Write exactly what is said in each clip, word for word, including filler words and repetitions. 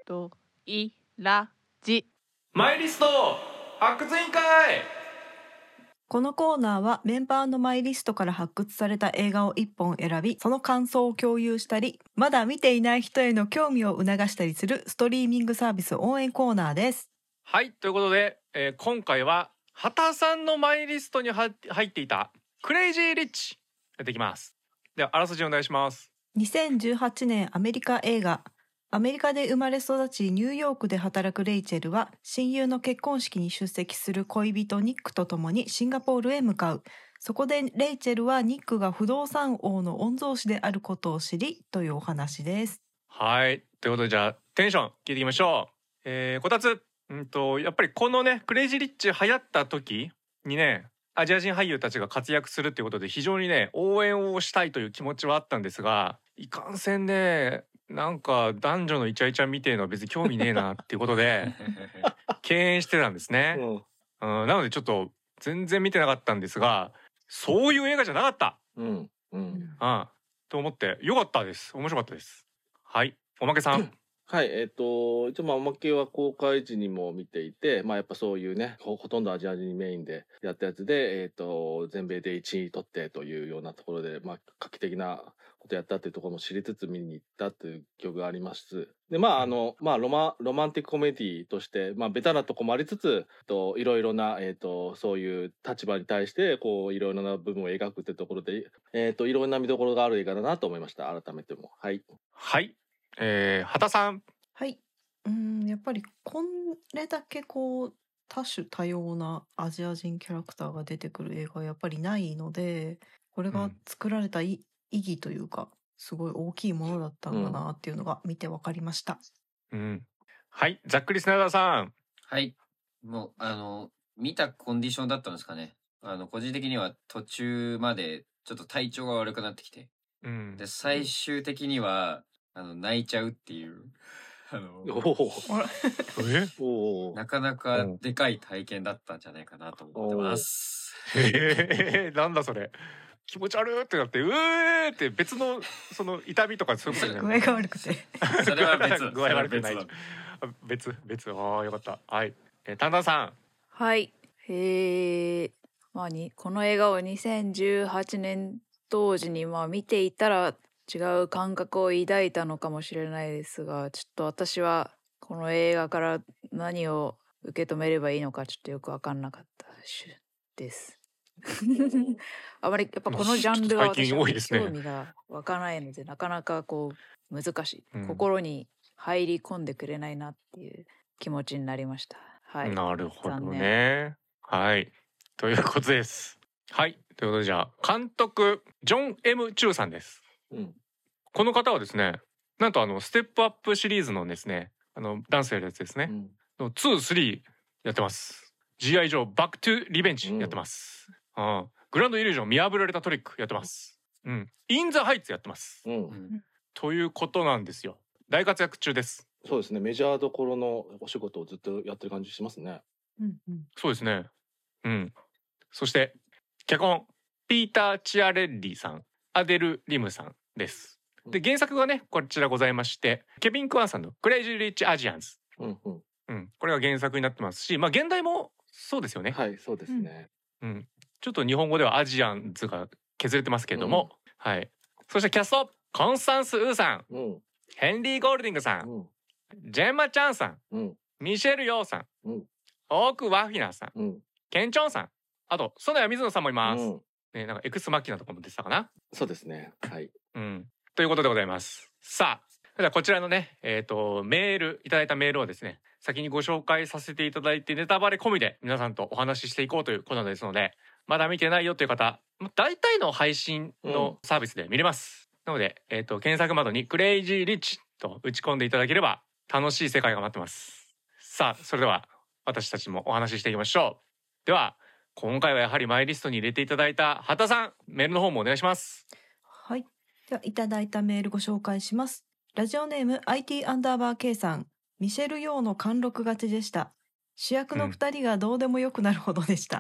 といらじマイリスト発掘委員会。 このコーナーはメンバーのマイリストから発掘された映画をいっぽん選び、その感想を共有したり、まだ見ていない人への興味を促したりするストリーミングサービス応援コーナーです。 はい、ということで、えー、今回は畑さんのマイリストに入っていたクレイジーリッチやっていきます。ではあらすじお願いします。 にせんじゅうはちねんアメリカ映画。アメリカで生まれ育ちニューヨークで働くレイチェルは親友の結婚式に出席する恋人ニックと共にシンガポールへ向かう。そこでレイチェルはニックが不動産王の御曹司であることを知りというお話です。 はい、ということでじゃあテンション聞いていきましょう。えー、こたつ、うんとやっぱりこのねクレイジーリッチ流行った時にねアジア人俳優たちが活躍するっていうことで非常にね応援をしたいという気持ちはあったんですが、いかんせんねなんか男女のイチャイチャみてえのは別に興味ねえなっていうことで敬遠してたんですね、うん、うん、なのでちょっと全然見てなかったんですが、そういう映画じゃなかった、うんうん、ああと思ってよかったです。面白かったです。はい、おまけさんはい、えっ、ー、と一応まあおまけは公開時にも見ていて、まあやっぱそういうね ほ, ほとんどアジア人メインでやったやつで、えっ、ー、と全米でいちい取ってというようなところで、まあ画期的なことやったっていうところも知りつつ見に行ったという記憶があります。でまああのまあロマロマンティックコメディとしてまあベタなとこもありつつ、といろいろなえっ、ー、とそういう立場に対してこういろいろな部分を描くっていうところで、えっ、ー、といろんな見どころがある映画だなと思いました。改めてもはいはい、えー、畑さん。 はい、うん、やっぱりこれだけこう多種多様なアジア人キャラクターが出てくる映画はやっぱりないので、これが作られた意義というかすごい大きいものだったんだなっていうのが見て分かりました、 うんうん、はい、ざっくり砂田さん。 はい、もうあの見たコンディションだったんですかね。あの個人的には途中までちょっと体調が悪くなってきて、うん、で最終的にはあの泣いちゃうっていうあのおなかなかでかい体験だったんじゃないかなと思ってます。 えー、なんだそれ、気持ち悪いってなってうーって別のその痛みとかそういうことじゃない。 具合が悪くてそれは別具合悪くない別別ああよかった。はい、えー、タンタンさん。 はい、えー、まあにこの映画をにせんじゅうはちねん当時にまあ見ていたら違う感覚を抱いたのかもしれないですが、ちょっと私はこの映画から何を受け止めればいいのかちょっとよく分かんなかったですあまりやっぱこのジャンルは私は興味が湧かないのでなかなかこう難しい、うん、心に入り込んでくれないなっていう気持ちになりました。はい、 なるほどね。はいということです。はいということでじゃあ監督ジョン エム チューさんです。うん、この方はですねなんとあのステップアップシリーズのですねあのダンスやるやつですね、うん、のに、さんやってます。 ジーアイ ジョーバックトゥリベンジやってます、うんうん、グランドイリュージョン見破られたトリックやってます、うん、インザハイツやってます、うん、ということなんですよ。大活躍中です。 そうですね、メジャーどころのお仕事をずっとやってる感じしますね、 うんうん、そうですね、うん、そして脚本ピーター・チアレッリさん、アデル・リムさんです。で原作がねこちらございまして、ケビン・クワンさんのクレイジー・リッチ・アジアンズ、うんうんうん、これが原作になってますし、まあ現代もそうですよね。 はいそうですね、 うん、ちょっと日本語ではアジアンズが削れてますけれども、うん、はい。そしてキャストコンスタンス・ウーさん、うん、ヘンリー・ゴールディングさん、うん、ジェンマ・チャンさん、うん、ミシェル・ヨーさん、うん、オーク・ワフィナさん、うん、ケン・チョンさん、あと園谷水野さんもいます、うんね、なんかエクスマッキナとかも出てたかな。 そうですね、はい、 うん、ということでございます。さあではこちらのね、えーと、メールいただいたメールをですね先にご紹介させていただいてネタバレ込みで皆さんとお話ししていこうということですので、まだ見てないよという方大体の配信のサービスで見れます、うん、なので、えーと、検索窓にクレイジーリッチと打ち込んでいただければ楽しい世界が待ってます。さあそれでは私たちもお話ししていきましょう。では今回はやはりマイリストに入れていただいた畑さん、メールの方もお願いします。 はい、ではいただいたメールご紹介します。ラジオネーム アイティー アンダーバー K さん、ミシェル・ヨーの貫禄勝ちでした。 主役のふたりがどうでもよくなるほどでした。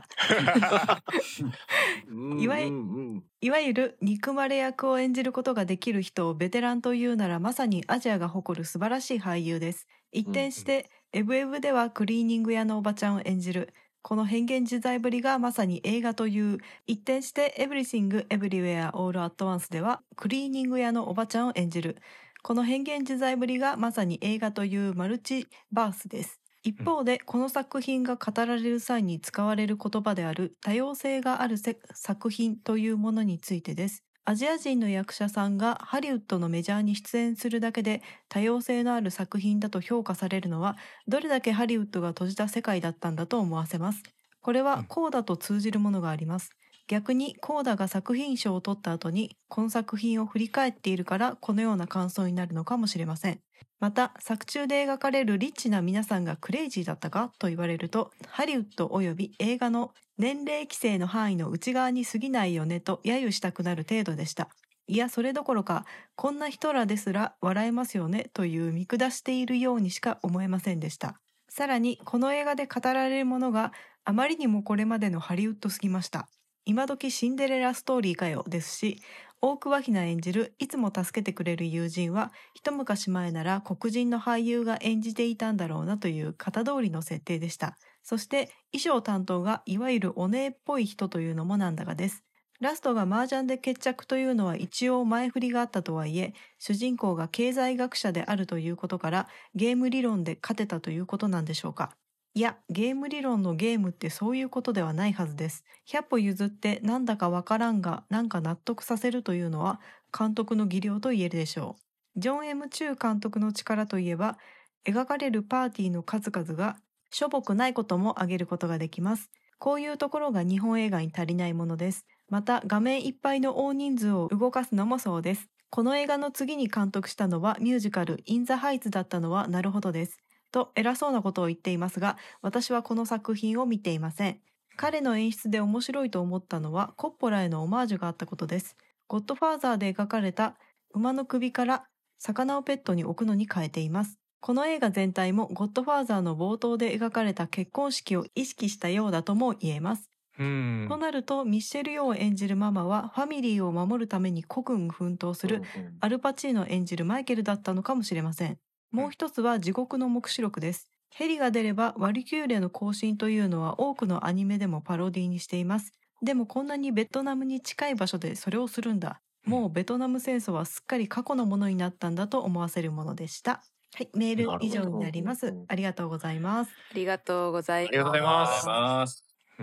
いわゆいわゆる憎まれ役を演じることができる人をベテランというならまさにアジアが誇る素晴らしい俳優です。一転して、うん、エブエブではクリーニング屋のおばちゃんを演じるこの変幻自在ぶりがまさに映画という。一転してエブリシングエブリウェアオールアットワンスではクリーニング屋のおばちゃんを演じるこの変幻自在ぶりがまさに映画というマルチバースです。一方でこの作品が語られる際に使われる言葉である多様性がある作品というものについてです。アジア人の役者さんがハリウッドのメジャーに出演するだけで多様性のある作品だと評価されるのはどれだけハリウッドが閉じた世界だったんだと思わせます。これはコーダと通じるものがあります。逆にコーダが作品賞を取った後にこの作品を振り返っているからこのような感想になるのかもしれません。また作中で描かれるリッチな皆さんがクレイジーだったかと言われるとハリウッドおよび映画の年齢規制の範囲の内側に過ぎないよねと揶揄したくなる程度でした。いやそれどころかこんな人らですら笑えますよねという見下しているようにしか思えませんでした。さらにこの映画で語られるものがあまりにもこれまでのハリウッドすぎました。今時シンデレラストーリーかよですし、大久保ひな演じるいつも助けてくれる友人は一昔前なら黒人の俳優が演じていたんだろうなという型通りの設定でした。そして衣装担当がいわゆるお姉っぽい人というのもなんだがです。ラストが麻雀で決着というのは一応前振りがあったとはいえ、主人公が経済学者であるということからゲーム理論で勝てたということなんでしょうか。いや、ゲーム理論のゲームってそういうことではないはずです。ひゃっぽ譲ってなんだかわからんがなんか納得させるというのは監督の技量と言えるでしょう。ジョン・エム・チュー監督の力といえば、描かれるパーティーの数々がしょぼくないことも挙げることができます。こういうところが日本映画に足りないものです。また画面いっぱいの大人数を動かすのもそうです。この映画の次に監督したのはミュージカルイン・ザ・ハイツだったのはなるほどです。と偉そうなことを言っていますが、私はこの作品を見ていません。彼の演出で面白いと思ったのはコッポラへのオマージュがあったことです。ゴッドファーザーで描かれた馬の首から魚をペットに置くのに変えています。この映画全体もゴッドファーザーの冒頭で描かれた結婚式を意識したようだとも言えます。 うんとなるとミッシェル・ヨーを演じるママはファミリーを守るために孤軍奮闘するアルパチーノ演じるマイケルだったのかもしれません。もう一つは地獄の黙示録です。ヘリが出ればワリキューレの行進というのは多くのアニメでもパロディにしています。でもこんなにベトナムに近い場所でそれをするんだ。もうベトナム戦争はすっかり過去のものになったんだと思わせるものでした。はい、メール以上になります。ありがとうございます。 ありがとうございます。 ありがとうございます。うん。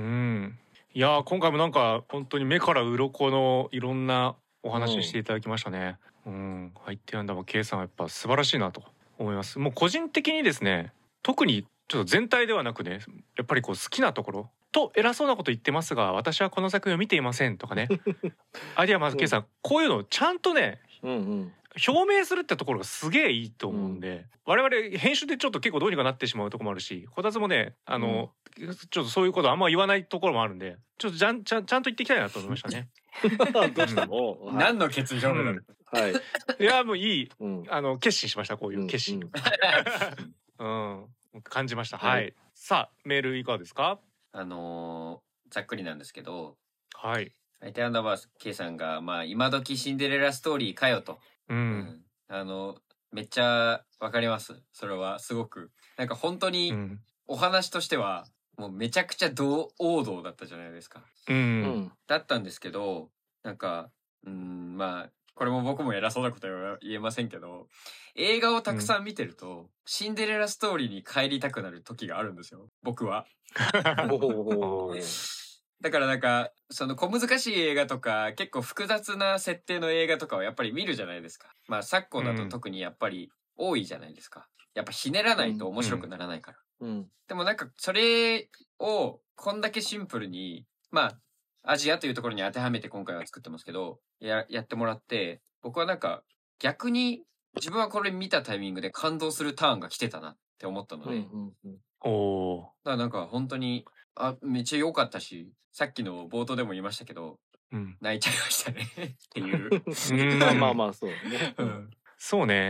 いやー今回もなんか本当に目から鱗のいろんなお話していただきましたね。うん。入ってやんだも K さんはやっぱ素晴らしいなと思います。もう個人的にですね、特にちょっと全体ではなくね、やっぱりこう好きなところと偉そうなこと言ってますが、私はこの作品を見ていませんとかね。あるいはまず K さん、こういうのをちゃんとね、うんうん、表明するってところがすげえいいと思うんで、うん、我々編集でちょっと結構どうにかなってしまうところもあるし、こたつもねあの、うん、ちょっとそういうことあんま言わないところもあるんで、ちょっとちゃんちゃんちゃんと言っていきたいなと思いましたね。 どうしたの？ 何の決意表明なの？ はい。 いやもういい、うん、あの決心しました。こういう決心、うん、うん、感じました。はい、はい、さあメールいかがですか？ あのー、ざっくりなんですけど、 はい。 相手アンダーバー K さんがまあ今時シンデレラストーリーかよと、 うん、うん、 あのめっちゃわかります。それはすごくなんか本当にお話としてはもうめちゃくちゃ王道だったじゃないですか。 うん、 だったんですけど、なんかうんまあこれも僕も偉そうなことは言えませんけど、映画をたくさん見てると、うん、シンデレラストーリーに帰りたくなる時があるんですよ、僕は。だからなんかその小難しい映画とか結構複雑な設定の映画とかはやっぱり見るじゃないですか。まあ昨今だと特にやっぱり多いじゃないですか。やっぱひねらないと面白くならないから。 うんうん、 でもなんかそれをこんだけシンプルにまあアジアというところに当てはめて今回は作ってますけど、ややってもらって、僕はなんか逆に自分はこれ見たタイミングで感動するターンが来てたなって思ったので、 うんうんうん、おだからなんか本当にあめっちゃ良かったし、さっきの冒頭でも言いましたけど、うん、泣いちゃいましたねっていう。 まあまあまあそうね。 うん、そうね、うん、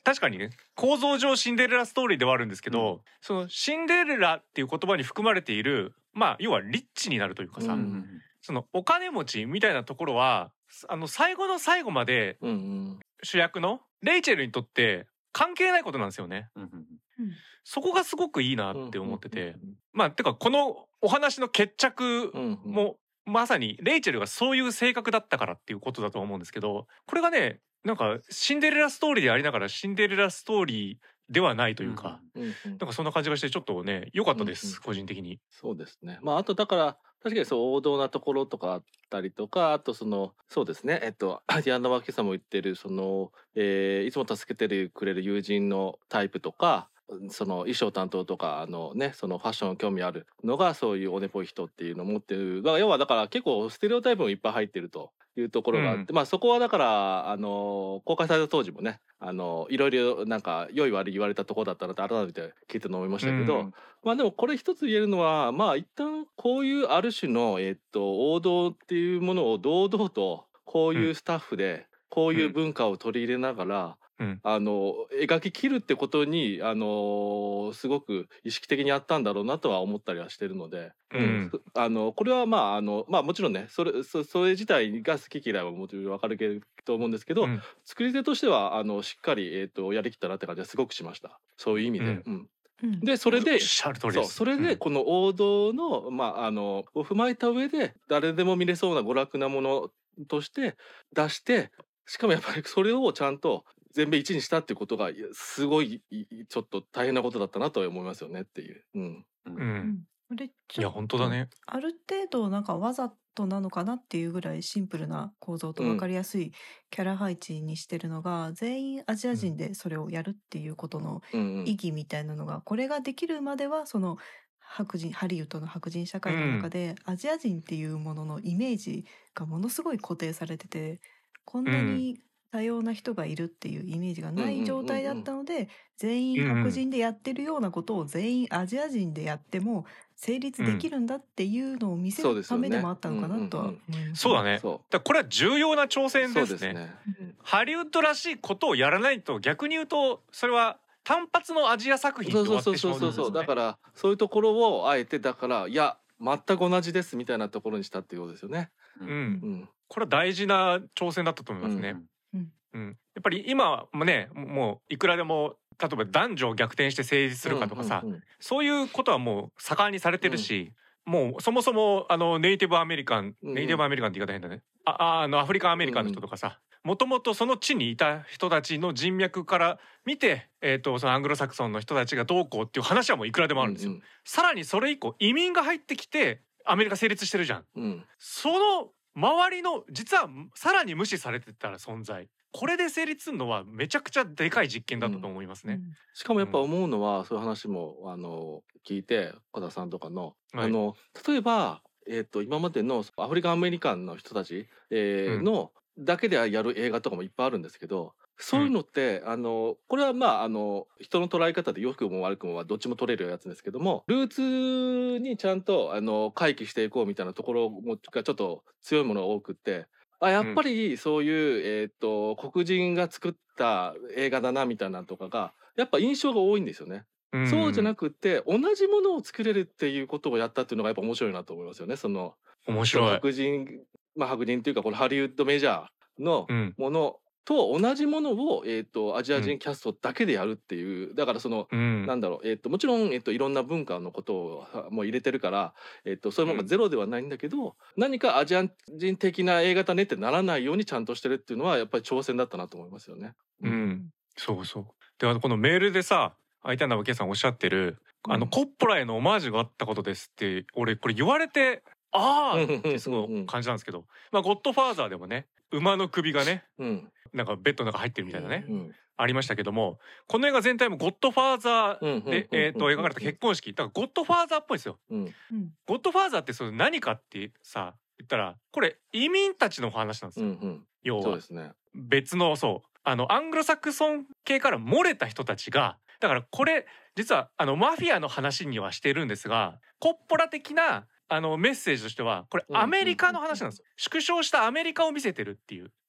確かにね構造上シンデレラストーリーではあるんですけど、うん、そのシンデレラっていう言葉に含まれているまあ要はリッチになるというかさ、うん、そのお金持ちみたいなところはあの最後の最後まで主役のレイチェルにとって関係ないことなんですよね、うんうん、そこがすごくいいなって思ってて、うんうんうん、まあてかこのお話の決着もまさにレイチェルがそういう性格だったからっていうことだと思うんですけど、これがねなんかシンデレラストーリーでありながらシンデレラストーリーではないというか、うんうんうん、なんかそんな感じがしてちょっとね良かったです、うんうん、個人的に。 そうですね。まああとだから確かにそう王道なところとかあったりとか、あとそのそうですねえっとアディアンナ・ワーケさんも言ってるその、えー、いつも助けてくれる友人のタイプとか、その衣装担当とかあのねそのファッション興味あるのがそういうおねっぽい人っていうのを持ってるが、要はだから結構ステレオタイプもいっぱい入ってるというところがあって、うん、まあそこはだからあの公開された当時もねあのいろいろなんか良い悪い言われたところだったなって改めて聞いて思いましたけど、うん、まあでもこれ一つ言えるのはまあ一旦こういうある種のえっと王道っていうものを堂々とこういうスタッフでこういう文化を取り入れながら、うん、あの描き切るってことにあのすごく意識的にやったんだろうなとは思ったりはしてるので、うん、あのこれはまああのまあもちろんねそれ そ, それ自体が好き嫌いはもちろん分かるけどと思うんですけど、うん、作り手としてはあのしっかり、えー、とやりきったなって感じはすごくしました。そういう意味で。うんうん、でそれでそうそれでこの王道の、まあ、あのを踏まえた上で誰でも見れそうな娯楽なものとして出して、しかもやっぱりそれをちゃんと全米一にしたっていうことがすごいちょっと大変なことだったなと思いますよねっていう。うんうん、いや本当だね。 ある程度なんかわざとなのかなっていうぐらいシンプルな構造と分かりやすいキャラ配置にしてるのが、うん、全員アジア人でそれをやるっていうことの意義みたいなのが、うんうん、これができるまではその白人ハリウッドの白人社会の中で、うん、アジア人っていうもののイメージがものすごい固定されてて、こんなに多様な人がいるっていうイメージがない状態だったので、全員白人でやってるようなことを全員アジア人でやっても成立できるんだっていうのを見せるためでもあったのかなとは思います。 そうだね。だこれは重要な挑戦ですね。ですね。ハリウッドらしいことをやらないと逆に言うとそれは単発のアジア作品と終わってしまうんですね。 だからそういうところをあえてだからいや全く同じですみたいなところにしたっていうことですよね。 うん。うん、これは大事な挑戦だったと思いますね。うんうん、やっぱり今もねもういくらでも例えば男女を逆転して成立するかとかさ、うんうんうん、そういうことはもう盛んにされてるし、うん、もうそもそもあのネイティブアメリカン、うん、ネイティブアメリカンって言い方変だね、ああのアフリカンアメリカンの人とかさ、もともとその地にいた人たちの人脈から見て、えー、とそのアングロサクソンの人たちがどうこうっていう話はもういくらでもあるんですよ、うんうん、さらにそれ以降移民が入ってきてアメリカ成立してるじゃん、うん、その周りの実はさらに無視されてたら存在、これで成立するのはめちゃくちゃでかい実験だったと思いますね、うんうん、 しかもやっぱ思うのは、うん、そういう話もあの聞いて小田さんとかの、はい、あの例えば、えー、と今までのアフリカンアメリカンの人たち、えー、のだけでやる映画とかもいっぱいあるんですけど、そういうのって、うん、あのこれはまああの人の捉え方で良くも悪くもはどっちも取れるやつですけども、ルーツにちゃんとあの回帰していこうみたいなところがちょっと強いものが多くって、あやっぱりそういう、うん、えー、と黒人が作った映画だなみたいなとかがやっぱ印象が多いんですよね。うん、そうじゃなくって同じものを作れるっていうことをやったっていうのがやっぱ面白いなと思いますよね。その面白い白人、まあ白人っていうかこれハリウッドメジャーのもの、うんと同じものを、えー、とアジア人キャストだけでやるっていう、うん、だからその、うん、なんだろう、えー、ともちろん、えー、といろんな文化のことをもう入れてるから、えー、とそういうものがゼロではないんだけど、うん、何かアジア人的な映画だねってならないようにちゃんとしてるっていうのはやっぱり挑戦だったなと思いますよね。 うん、うん、そうそう。でこのメールでさ相手のわけさんおっしゃってる、うん、あのコッポラへのオマージュがあったことですって俺これ言われてああってすごい感じなんですけど、まあゴッドファーザーでもね馬の首がね、うんなんかベッドの中入ってるみたいなね、うん、ありましたけども、この映画全体もゴッドファーザーでえっと描かれた結婚式だからゴッドファーザーっぽいですよ、うん、ゴッドファーザーってそれ何かってさ言ったらこれ移民たちの話なんですよ、うんうん、要はそうですね、別のそうあのアングロサクソン系から漏れた人たちがだからこれ実はあのマフィアの話にはしてるんですがコッポラ的なあのメッセージとしてはこれアメリカの話なんですよ、縮小したアメリカを見せてるっていう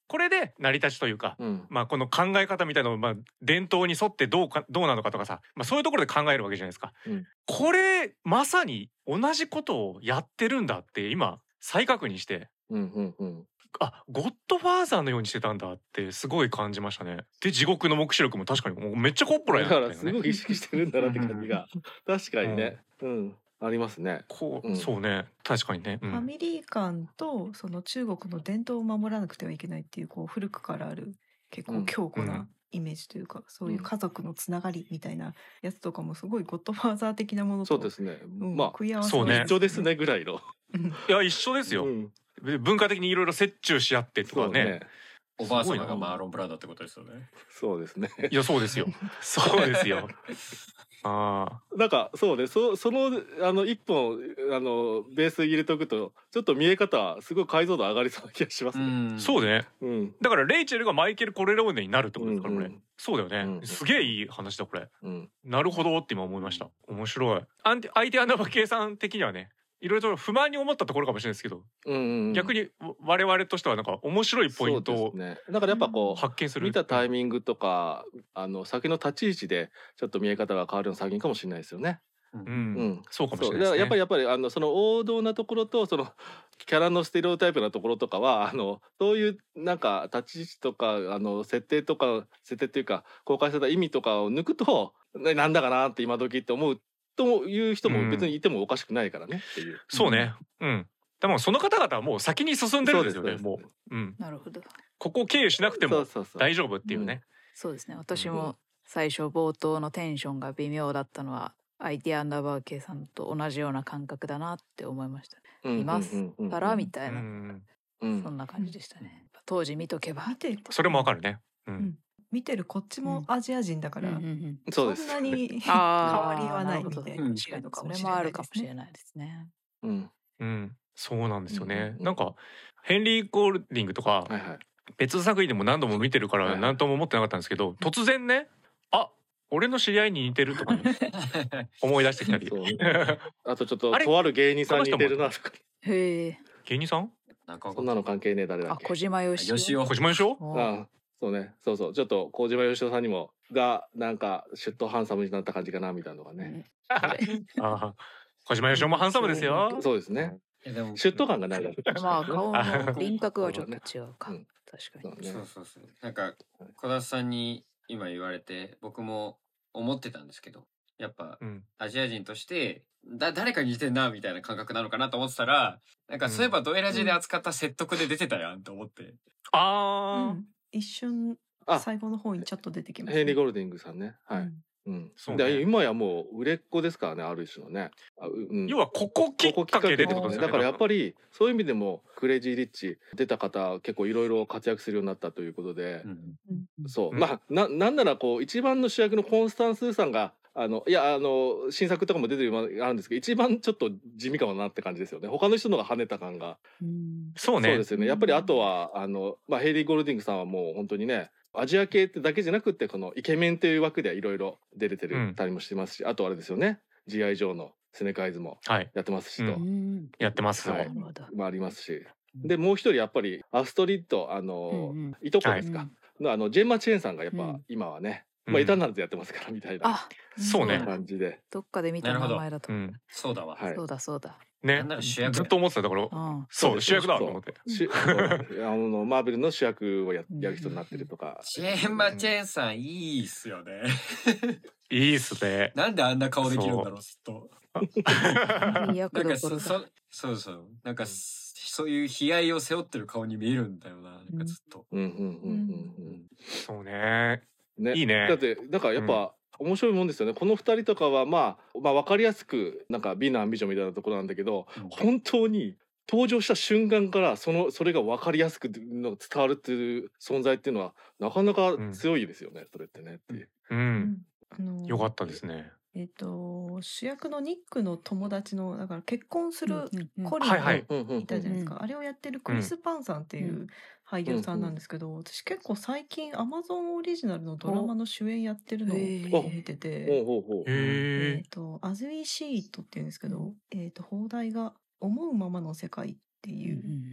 これで成り立ちというか、 うんまあこの考え方みたいなのをまあ伝統に沿ってどうかどうなのかとかさ、まあ、そういうところで考えるわけじゃないですか。 うんこれまさに同じことをやってるんだって今再確認して、 うんうんうんあ、ゴッドファーザーのようにしてたんだってすごい感じましたね。で地獄の黙示録も確かにもうめっちゃコッポラやなみたいなね。 だからすごい意識してるんだなって感じが確かにね、うんありますね。 こう、 うんそうね確かにね。うファん、 ミリー感とその中国の伝統を守らなくてはいけないっていうこう古くからある結構強固うんうなんイメージというか、そういう家族のつながりみたいなやつとかもすごいゴッドファーザー的なものとそうですね。 うんま食い合わせそうねあ一緒ですねぐらいの。 うんいや一緒ですよ。 うんで文化的にいろいろ折衷し合ってとかね。 そうね。 おばあ様すごいながマーロンブランドってことですよね。 そうですね。 いやそうですよ。そうですよ。ああ。 なんかそうね、そそのあの一本あのベース入れとくとちょっと見え方すごい解像度上がりそうな気がしますね。 んそうね。 うんだからレイチェルがマイケル・コレローネになるってことですからこれ、 うんうんそうだよね、 うんすげえいい話だこれ。 うんなるほどって今思いました。面白い。アンテ相手アナバ計算的にはねいろいろと不満に思ったところかもしれないですけど、 うんうん、 逆に我々としてはなんか面白いポイントをそうですね。だからやっぱこう、 発見する。 見たタイミングとかあの先の立ち位置でちょっと見え方が変わるの先かもしれないですよね。 うん、 うんそうかもしそうれないですね。 だからやっぱりやっぱりあのその王道なところとそのキャラのステレオタイプなところとかはあのそういうなんか立ち位置とかあの設定とか設定っていうか公開された意味とかを抜くとななんだかなって今時って思うという人も別にいてもおかしくないからねっていう。 そうね。うん。でもその方々はもう先に進んでるんですよね。 そうですもう、うん。 なるほど。 ここを経由しなくてもそうそうそう大丈夫っていうね。 そうですね。私も最初冒頭のテンションが微妙だったのはアイティアンダーバー系さんと同じような感覚だなって思いました。 うんいますうんうんうんからみたういな、 ん。 うんそんな感じでしたね。当時見とけば。 見てそれもわかるね。ううんん。見てるこっちもアジア人だから、 うんうんうんそうですそんなに変あーわりはないみたいななるほど違いのかそれもしれないもあるかもですね。 しれないですね。 うんうん。そうなんですよね。 うんうんうんなんかヘンリー・ゴールディングとかはいはい。 別作品でも何度も見てるかはいはいら何とも思ってなかったんですけど、突然ね、あ、俺の知り合いに似てるとかね思い出してきたり。 そうあとちょっとあれとある芸人さんに似てるなとかへえ。 芸人さん？ 中そんなの関係ねえ誰だあ、 っけ。 小島よしよしお小島よしお？ おああそうねそうそうちょっと小島よしおさんにもがなんかシュッとハンサムになった感じかなみたいなのがね。 ああ、小島よしおもハンサムですよ。 そうですね。 いやでもシュッと感がないだけ。 まあ顔の輪郭はちょっと違うか。 うん確かに。 そうねそうそうそう。なんか小田さんに今言われて僕も思ってたんですけど、やっぱうん。 アジア人としてだ誰かに似てんなみたいな感覚なのかなと思ってたら、なんかそういえばドエラジで扱った説得で出てたやんと思って。 うああ、 ん、一瞬あ最後の方にちょっと出てきます、 ヘンリー・ゴールディングさんね。はい。 うんうん。 そうねで今やもう売れっ子ですからねある種のね。あううん要はここきっここかけでってことですよね。 だからやっぱりそういう意味でもクレイジー・リッチ出た方結構いろいろ活躍するようになったということで、 うんうんそう、 うんまあななんならこう一番の主役のコンスタンスーさんがあのいやあの新作とかも出てるのがあるんですけど一番ちょっと地味かもなって感じですよね。他の人のが跳ねた感が。 うんそうね。 そうですよね。やっぱりあとはあのまあヘイリー・ゴールディングさんはもう本当にね。アジア系ってだけじゃなくってこのイケメンという枠でいろいろ出れてるたりもしてますし、あとあれですよね ジーアイ ジョーのセネカイズもはい。 やってますしと、 ううんやってますよ。 はないるほど。 まあありますしでもう一人やっぱりアストリッドあの、 うんうんいとこですか、のあのジェンマ・チェーンさんがやっぱうん今はね、 うんまあエターナルズやってますからみたいなあ、 そうね感じで、 どっかで見た名前だとう。ん。 そうだわ。 はいそうだそうだ。 ねなんなら主役ずっと思ってたところ。 うん。 そう主役だと思って。 しそうなんですよあのマーベルの主役をややる人になってるとか、 チェーンマチェーンさんいいっすよね。 いいっすね。 なんであんな顔できるんだろうずっと。 いい役なんどころだ。 かそそそうそうなんかそそういう悲哀を背負ってる顔に見えるんだよな。なんかずっと。 うんうんうんうんそうね。 うんねいいねだってだからやっぱ、面白いもんですよね。この二人とかはまあまあ分かりやすくなんか美男美女みたいなところなんだけど、 うん本当に登場した瞬間からそのそれが分かりやすくの伝わるっていう存在っていうのはなかなか強いですよね、それってねっていう。 う。 うんんあのよかったですね。 えっ、と主役のニックの友達のだから結婚するうんコリンはいはいがうんうんいたじゃないですか、あれをやってるクリス・パンさんっていうう俳優さんなんですけど、私結構最近アマゾンオリジナルのドラマの主演やってるのをへー見てほうて、 ほうほう。 へええっ、。と「アズ・ウィ・シー・イット」っていうんですけど、えっ、と放題が「思うままの世界」っていう、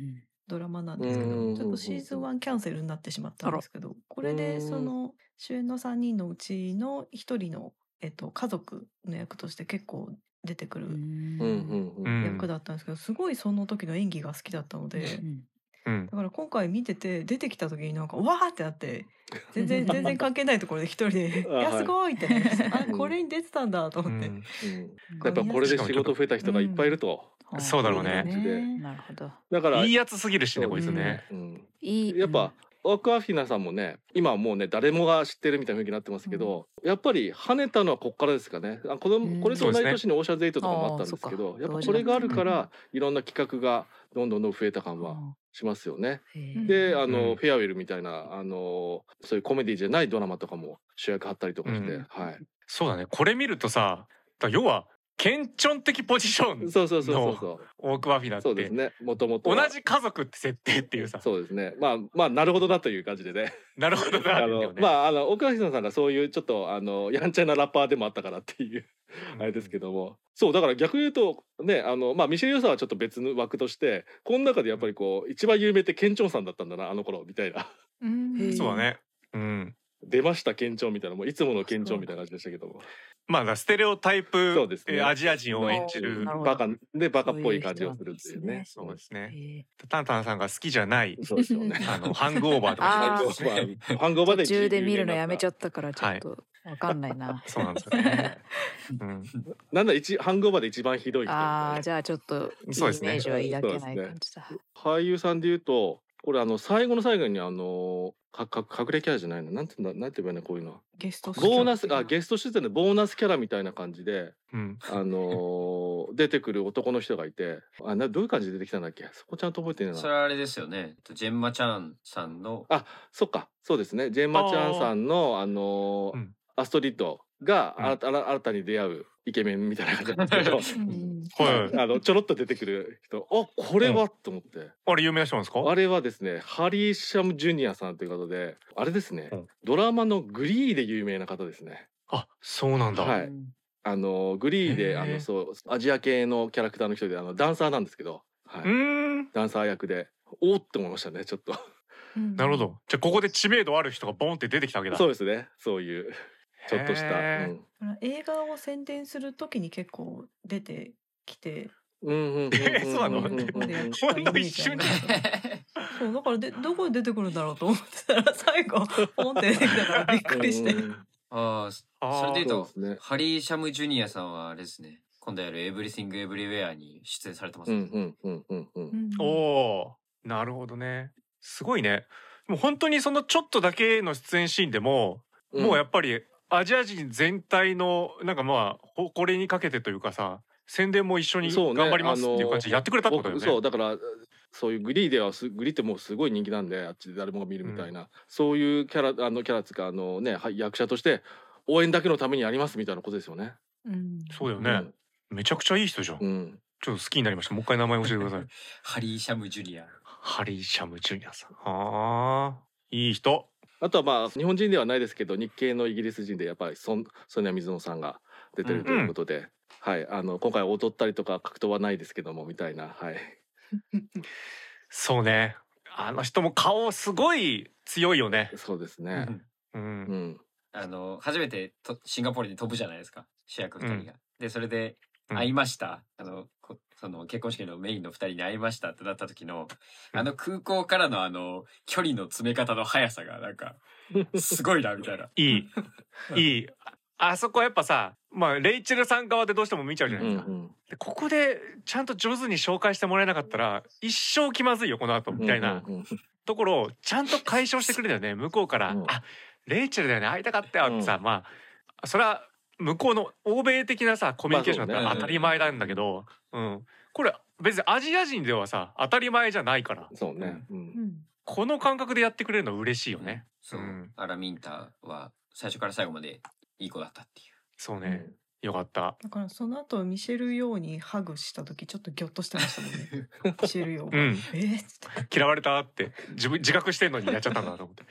ドラマなんですけど、 うんちょっとシーズンワンキャンセルになってしまったんですけど、これでその主演のさんにんのうちのひとりの、えっと、家族の役として結構出てくるうんうんううんん役だったんですけど、すごいその時の演技が好きだったので、 うんだから今回見てて出てきた時になんかわーってなって、全然全然関係ないところで一人で「いあやすごい!」ってなりました。あ、 うんこれに出てたんだと思って。 うんうんやっぱこれで仕事増えた人がいっぱいいると、 そうだろうね感じでなるほど。 だからいいやつすぎるしねそうですこいつね。 うんいい。 やっぱ、アクアフィナさんもね今はもうね誰もが知ってるみたいな雰囲気になってますけど、やっぱり跳ねたのはこっからですかね。あこのうんこれと同じ年にオーシャンズエイトとかもあったんですけあーそど、 っかやっぱこれがあるからいろんな企画がどんどんどん増えた感はしますよね。 うんであの、 うんフェアウェルみたいなあのそういうコメディじゃないドラマとかも主役張ったりとかして、 うんはいそうだねこれ見るとさだ要は顕著的ポジションそうそうそうそうそのオークワフィナうってそうですねもともと同じ家族って設定っていうさそうですねまあまあなるほどなという感じでねなるほどなあのるよね。 まああの奥橋さんがそういうちょっとあのやんちゃなラッパーでもあったからっていうあれですけども、そうだから逆に言うとねあのまあミシェル・ヨサはちょっと別の枠としてこの中でやっぱりこう一番有名ってケンチョンさんだったんだなあの頃みたいなうんそうだね。うん。 出ましたケンチョンみたいなもういつものケンチョンみたいな感じでしたけどもまあだからステレオタイプ、 そうですねえーアジア人を演じるなるほどバカでバカっぽい感じをするっていうねそうですね。 へタンタンさんが好きじゃないそうですよねあのハングオーバーとかあーそうですね。 ハングオーバーで途中で見るのやめちゃっったからちょっとわかんないな。 そうなんですよね。うん。 なんだ一ハングオーバーで一番ひどい人みたいなああじゃあちょっといいイメそうですねージは抱けない感じだ。 俳優さんで言うとこれあの最後の最後にあのかか隠れキャラじゃないのなんて言うんだなんて言えばいいのこういうのはゲストボーナスあゲスト出演でボーナスキャラみたいな感じでうん。 あのー出てくる男の人がいてあなどういう感じで出てきたんだっけそこちゃんと覚えてないなそれはあれですよね。ジェンマちゃんさんのあそっかそうですねジェンマちゃんさんのあのーうんアストリッドがうんあら新たに出会うイケメンみたいな感じなんですけどうんはい。 あのちょろっと出てくる人あこれはと思って。 あれ有名な人なんですか？ あれはですねハリー・シャム・ジュニアさんという方であれですね、 うんドラマのグリーで有名な方ですね。 あ、そうなんだ。 はいあのグリーへーであのそうアジア系のキャラクターの人であのダンサーなんですけど、はうい、 ーん。 ダンサー役でおーって思いましたねちょっとうんなるほど。じゃあここで知名度ある人がボンって出てきたわけだ。 そうですねそういうちょっとした、 へーうんだから映画を宣伝するときに結構出てきて、 うんうんうんうんえそうなのんんんここでやっほんの一瞬じゃんそうだからでどこで出てくるんだろうと思ってたら最後ポンって出てきたからびっくりして。 うんうんああーあ、それで言うと、 そうですねハリー・シャム・ジュニアさんはあれですね。今度やるエブリシング・エブリウェアに出演されてます。 うんうんうんうんうんうんおおー、なるほどね。すごいね。もう本当にそのちょっとだけの出演シーンでも、もうやっぱりアジア人全体のなんかまあ誇りにかけてというかさ、宣伝も一緒にそうね頑張りますっていう感じでやってくれたってことだよね。 僕そうだからそういうグリーではすグリーってもうすごい人気なんであっちで誰もが見るみたいな、そういうキャラあのキャラつかあのねはい役者として応援だけのためにやりますみたいなことですよね。 うんそうだよね、めちゃくちゃいい人じゃん。 うん、うんちょっと好きになりました。もう一回名前教えてください。 ハリー・シャム・ジュニア。 ハリー・シャム・ジュニアさん。はあ、いい人。 あとはまあ日本人ではないですけど日系のイギリス人でやっぱりソンソニア水野さんが出てるということで、はいあの今回踊ったりとか格闘はないですけどもみたいなはいそうね。あの人も顔すごい強いよね。 そうですね。 う。 うんんあの初めてとシンガポールに飛ぶじゃないですか、主役ふたりが。でそれでうん会いました、あのこその結婚式のメインのふたりに会いましたってなった時の、 うんあの空港からのあの距離の詰め方の速さがなんかすごいなみたいな。 いい。いい。あそこやっぱさ、まあレイチェルさん側でどうしても見ちゃうじゃうなんいですか。 うんでここでちゃんと上手に紹介してもらえなかったら一生気まずいよこの後みたいなうんうんところをちゃんと解消してくれたよね向こうから、 うんあレイチェルだよね会いたかったよってさ、まあそれは向こうの欧米的なさコミュニケーションだったまあそうねら当たり前なんだけど、うん、これ別にアジア人ではさ当たり前じゃないからそうね。うんうんこの感覚でやってくれるのは嬉しいよね。 そう、 うんアラミンタは最初から最後までいい子だったっていう。 そうね、よかった。 だからその後ミシェル・ヨーにハグした時ちょっとギョッとしてましたもんねミシェル・ヨーが、 うんえーっつって嫌われたって自分自覚してんのにやっちゃったんだと思って。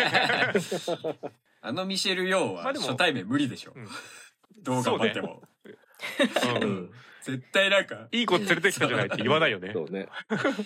あのミシェル・ヨーはまあでも初対面無理でしょ、 うんどう頑張っても、 ううんん絶対なんかいい子連れてきたじゃないって言わないよね。 そうね。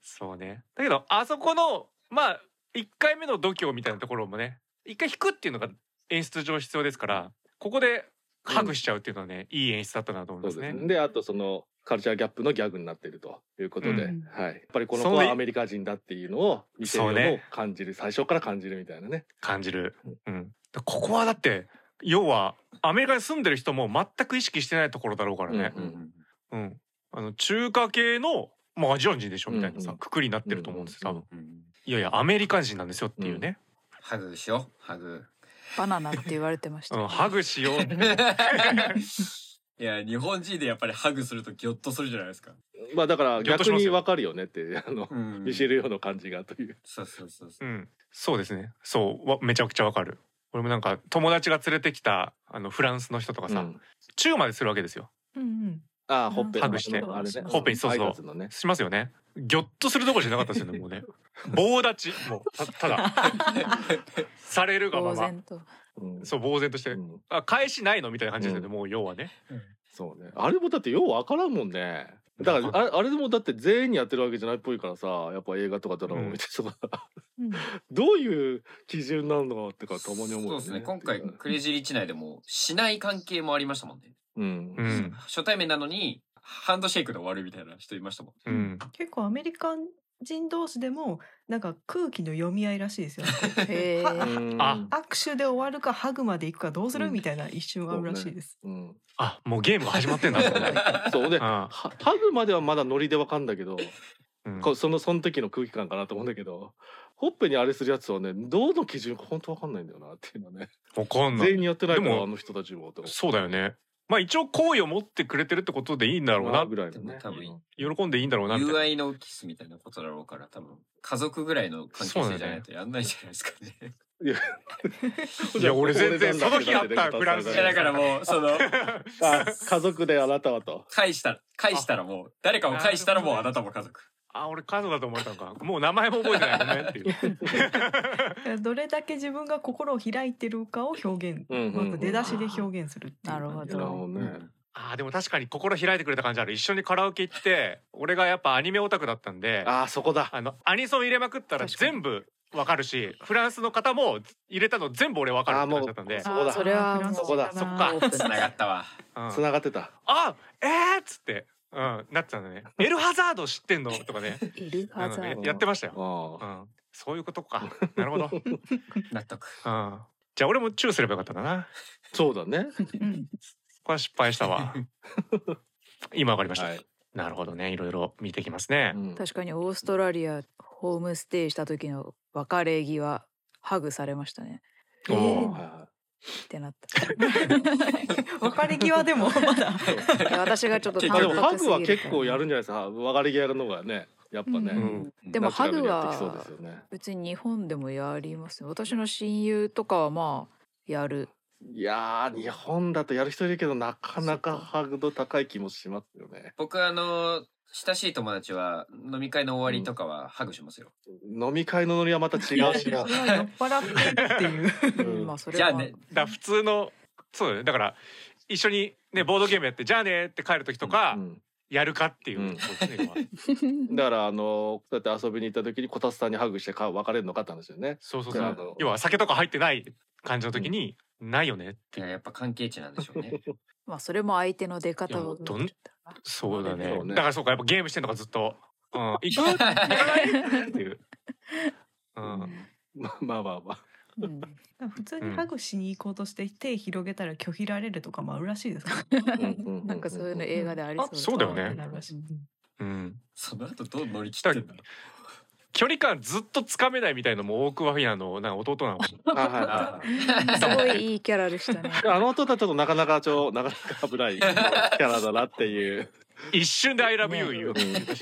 そうね。だけどあそこのまあいっかいめの度胸みたいなところもね、一回引くっていうのが演出上必要ですから、ここでハグしちゃうっていうのはね、うん、いい演出だったなと思いますね。 そうですね。であとそのカルチャーギャップのギャグになっているということで、うん、はい、やっぱりこの子はアメリカ人だっていうのを見てるのを感じる、最初から感じるみたいなね。 感じる。うん。ここはだって要はアメリカに住んでる人も全く意識してないところだろうからね。うん、うんうん、あの中華系のまあアジア人でしょみたいなさ、うん、くくりになってると思うんですよ多分。うんうん、いやいやアメリカ人なんですよっていうね。 うん、ハグしようハグ。 バナナって言われてました、ね。 うん、ハグしよう。 いや日本人でやっぱりハグするとギョッとするじゃないですか。 まあだから逆に分かるよねってあの、うん、見せるような感じがという。 そうそうそうそう。 うん、そうですね。そうめちゃくちゃ分かる。俺もなんか友達が連れてきたあのフランスの人とかさ、うん、チューまでするわけですよ。 うんうん、 ああほっぺハグして、 あれね、 ほっぺにそうそう、ね、しますよね。ギョッとするところじゃなかったですよねもうね。棒立ちもう た, ただされるがまま。うん、そう呆然として、うん、あ返しないのみたいな感じですよね、うん、もう要はね、 うん、そうね。あれもだってようわからんもんね。だからあ れ, あれでもだって全員にやってるわけじゃないっぽいからさ、やっぱ映画とかドラマ見てさ、うん、どういう基準なのかってかたまに思う、ね、 そうですね。今回クレイジーリッチ内でもしない関係もありましたもんね。うん、うん、初対面なのにハンドシェイクで終わるみたいな人いましたもん、うん、 結構アメリカン人同士でもなんか空気の読み合いらしいですよ。へ握手で終わるかハグまで行くかどうする、うん、みたいな一瞬あるらしいです。 うん、あもうゲームが始まってんだそうでハグまではまだノリでわかんだけど、うん、そのその時の空気感かなと思うんだけど、ほっぺにあれするやつはねどの基準か本当わかんないんだよなっていうのはね。 わかんない。 全員やってないからあの人たちも。 そうだよね。まあ一応好意を持ってくれてるってことでいいんだろうなぐらいのね。 多分喜んでいいんだろうなみたいな。 友愛のキスみたいなことだろうから多分家族ぐらいの関係性じゃないとやんないじゃないですかね。 いやいや俺全然その日あったフランスだからもうそのあ家族であなたはと返した返したらもう誰かを返したらもうあなたも家族。 あ俺家族だと思ったのか。もう名前も覚えてないごめんっていう。 どれだけ自分が心を開いてるかを表現、まず出だしで表現するっていう。 なるほどね。 あでも確かに心開いてくれた感じある。一緒にカラオケ行って俺がやっぱアニメオタクだったんで、 あそこだ。 あのアニソン入れまくったら全部わかるし、フランスの方も入れたの全部俺わかるって感じだったんで、 そこだ。 それはそこだ。 そっか。 繋がったわ。 繋がってた。 あえーっつって。うん、なってたんだね。エルハザード知ってんのとかね。 エルハザード、 ね、やってましたよ。うん、そういうことか。なるほど。 納得。 うん、じゃあ俺もチューすればよかったかな。 そうだね。 ここは失敗したわ。今わかりました、はい。なるほどね。いろいろ見てきますね。 うん、確かにオーストラリアホームステイした時の別れ際ハグされましたね。 おお。 ってなった。 別れ際でもまだ私がちょっとでもハグは結構やるんじゃないですか。別れ際の方がねやっぱね、 うんうん、でもハグは別に日本でもやりますよ。私の親友とかはまあやる。 いやー日本だとやる人いるけどなかなかハグ度高い気もしますよね。 僕あの親しい友達は飲み会の終わりとかはハグしますよ。 うん、飲み会のノリはまた違うしな。 酔っ払ってっていう。 うん、まあそれはじゃあね。 だ普通のそうだよね。だから一緒にねボードゲームやってじゃあねって帰る時とか、うんうん、やるかっていう。うん、そうですね、 だからあのだって遊びに行った時にこたつさんにハグして別れるのかって話よね。 そうそうそう。要は酒とか入ってない感じの時に、うん、ないよねって。 やっぱ関係値なんでしょうね。 まあそれも相手の出方をどんそうだね。だからそうかやっぱゲームしてんのかずっと。うん。行く行かないっていう。 うん。まあまあまあまあ。 うん、普通にハグしに行こうとして手広げたら拒否られるとかもあるらしいですか。 なんかそういうの映画でありそう。 そうだよね。 うん。その後どう乗り切ってんだ。 距離感ずっとつかめないみたいのもオークワフィアのなんか弟なの。 すごいいいキャラでしたね。 あの弟はちょっとなかなかちょなかなか危ないキャラだなっていう。 一瞬で I love you 言う。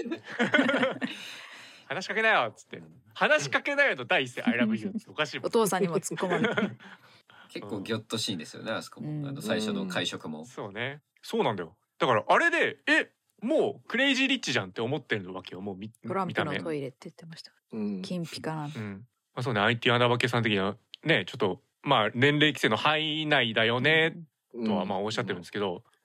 話しかけなよっつって。話しかけなよの第一声 I love you っておかしいもん。 お父さんにも突っ込まれて。 結構ギョッとシーンですよねあそこも。あの最初の会食も。 そうね。そうなんだよ。だからあれでえもうクレイジーリッチじゃんって思ってるわけよ。もう見トランプのトイレって言ってました。金ピカなんて。 うんまあ、そうね アイティー 穴ばけさん的にはねちょっとまあ年齢規制の範囲内だよねとはまあおっしゃってるんですけど、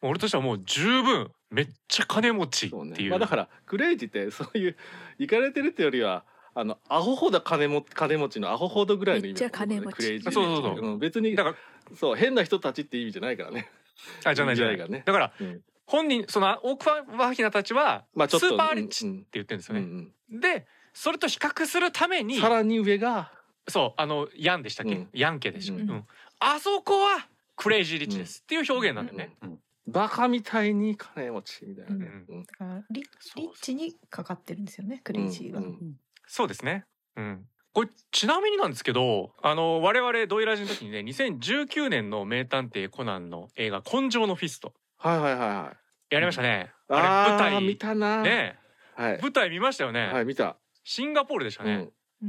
俺としてはもう十分めっちゃ金持ちっていう。 そうね、まあ、だからクレイジってそういうイかれてるってよりはあのアホほど金も金持ちのアホほどぐらいの意味めっちゃ金持ちクレイジー、 そうそうそう、 うん、別にだからそう変な人たちって意味じゃないからね。 あじゃないじゃない、 ね、 だから、 うん、 本人そのオークファーヒナたちはスーパーリッチって言ってるんですよね、うんうん、でそれと比較するためにさらに上がそうあのヤンでしたっけ、うん、ヤンケでした、 うんうん、あそこはクレイジーリッチですっていう表現なんだよね、 うんうんうん、バカみたいに金持ちみたいなね、 うん、だからリリッチにかかってるんですよねクレイジーは、うんうん、 そうですね、うん、これちなみになんですけどあの我々ドイラジの時にねにせんじゅうきゅうねんの名探偵コナンの映画根性のフィストはいはいはいはいやりましたね、 うん、 あれ舞台見たなね、はい、舞台見ましたよね。 はい見た。 シンガポールでしたね。うん。うん。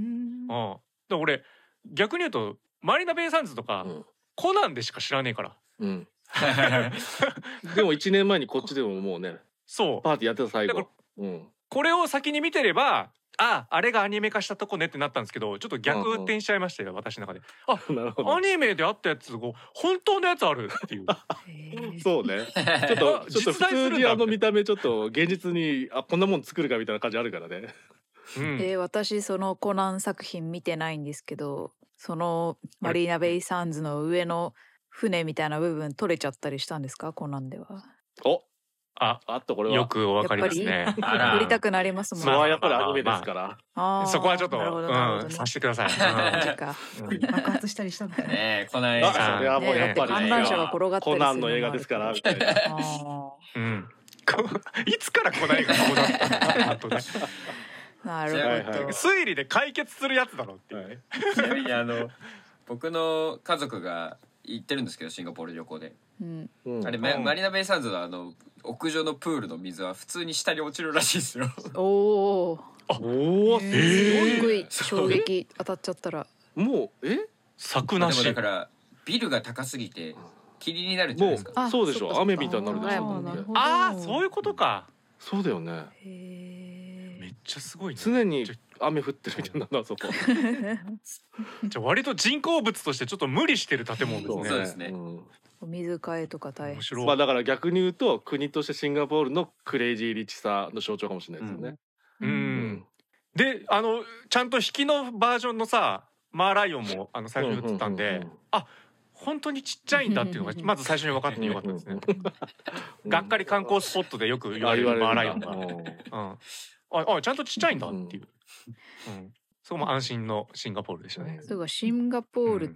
で俺逆に言うとマリナベイサンズとか、うん、コナンでしか知らねえから。うん。 でもいちねんまえにこっちでももうね。 そう。 パーティーやってた最後。うん。 これを先に見てれば。ああれがアニメ化したとこねってなったんですけどちょっと逆転しちゃいましたよ、うんうん、私の中であなるほどアニメであったやつが本当のやつあるっていうそうねちょっとちょっと普通にあの見た目ちょっと現実にあこんなもん作るかみたいな感じあるからね、 うん、えー、私そのコナン作品見てないんですけどそのマリーナベイサンズの上の船みたいな部分取れちゃったりしたんですかコナンでは。 おあ、 あっとこれはよくお分かりますね。 撮りたくなりますもん。 まあやっぱりアニメですから。 まあ、そこはちょっと、うん、さしてください。 爆発したりしたんだね。この映画。 それはもうやっぱり観覧車が転がったりする。 コナンの映画ですから。みたいな。 うん。いつからこの映画こうなったの？ なるほど。 推理で解決するやつだろうっていうね。 ちなみにあの僕の家族が行ってるんですけどシンガポール旅行で。うん、あれ、うん、マリナベイサンズのあの屋上のプールの水は普通に下に落ちるらしいですよ。 おお。 あ、おお、 すごい衝撃当たっちゃったら。 もうえ？ 柵なし。 だからビルが高すぎて霧になるんじゃないですか。 そうでしょ。雨みたいになるでしょ。 ああ、そういうことか。 そうだよね。 へえ。めっちゃすごいね。 常に雨降ってるみたいなそこ。 じゃ割と人工物としてちょっと無理してる建物ですね。 そうですね。 うん水替えとか大変。 まあだから逆に言うと国としてシンガポールのクレイジーリッチさの象徴かもしれないですよね。 うん。うん、で、あのちゃんと引きのバージョンのさマーライオンもあの最初に映ったんで、あ本当にちっちゃいんだっていうのがまず最初に分かってよかったですね。がっかり観光スポットでよく言われるマーライオンが、うん、ああちゃんとちっちゃいんだっていう。うん、そこも安心のシンガポールでしたね。 そうかシンガポールって、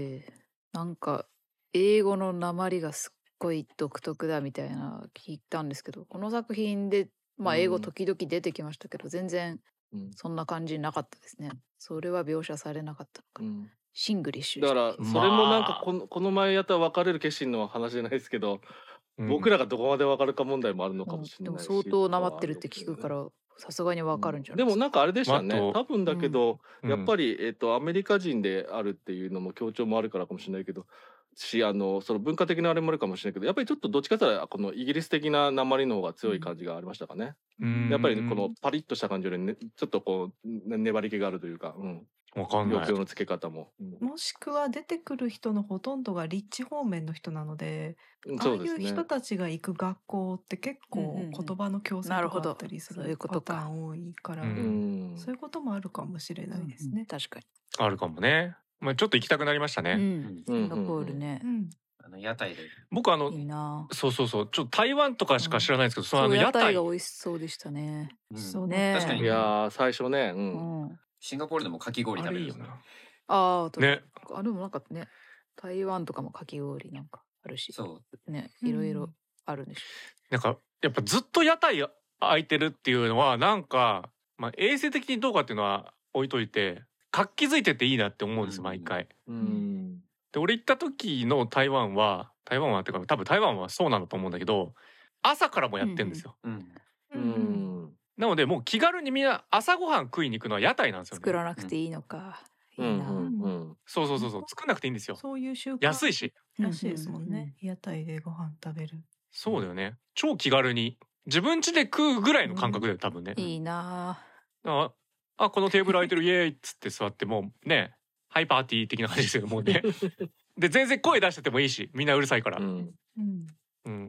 うん、なんか。英語の訛りがすっごい独特だみたいな聞いたんですけどこの作品で、まあ、英語時々出てきましたけど、うん、全然そんな感じなかったですね。それは描写されなかったのかな、うん、シングリッシュだからそれもなんかこの、この前やった別れる決心の話じゃないですけど、うん、僕らがどこまで分かるか問題もあるのかもしれないし、 うん、でも相当なまってるって聞くからさすがに分かるんじゃないですか、 うん、でもなんかあれでしたね、多分だけど、うん、やっぱり、えーと、アメリカ人であるっていうのも強調もあるからかもしれないけどしあのその文化的なあれもあるかもしれないけどやっぱりちょっとどっちかというとこのイギリス的な訛りの方が強い感じがありましたかね、うん、やっぱりこのパリッとした感じより、ね、ちょっとこう、ね、粘り気があるというか、うん、 わかんない抑揚のつけ方も、 うん、もしくは出てくる人のほとんどがリッチ方面の人なので、うん、 そうですね、 ああいう人たちが行く学校って結構言葉の強制とかあったりするパターン多いから、うん、そういうこともあるかもしれないですね、うん、 確かにあるかもね、まあ、ちょっと行きたくなりましたね、 うん、シンガポールね、うんうんうん、 あの屋台で僕あのいいなそうそうそうちょっと台湾とかしか知らないんですけど、うん、そのあの屋台が美味しそうでしたね、 うん、 そうね確かにいや最初ね、うんうん、シンガポールでもかき氷食べるよなああねあでもなんかね台湾とかもかき氷なんかあるしそうねいろいろあるんでしょう、うん、なんかやっぱずっと屋台開いてるっていうのはなんか、まあ、衛生的にどうかっていうのは置いといて活気づいてていいなって思うんです、うん、毎回、うん、で俺行った時の台湾は台湾はっていうか多分台湾はそうなのと思うんだけど朝からもやってんですよ、うんうん、なのでもう気軽にみんな朝ごはん食いに行くのは屋台なんですよね。 作らなくていいのか、うん、いいな、うんうん、 そうそうそうそう作んなくていいんですよ。 そういう習慣安いし安いですもんね、うんうん、屋台でご飯食べる。 そうだよね超気軽に自分家で食うぐらいの感覚で多分ね、 うん、いいなああこのテーブル空いてるイエーイっつって座ってもうねハイパーティー的な感じですよもうねで全然声出しててもいいしみんなうるさいから、うんうん、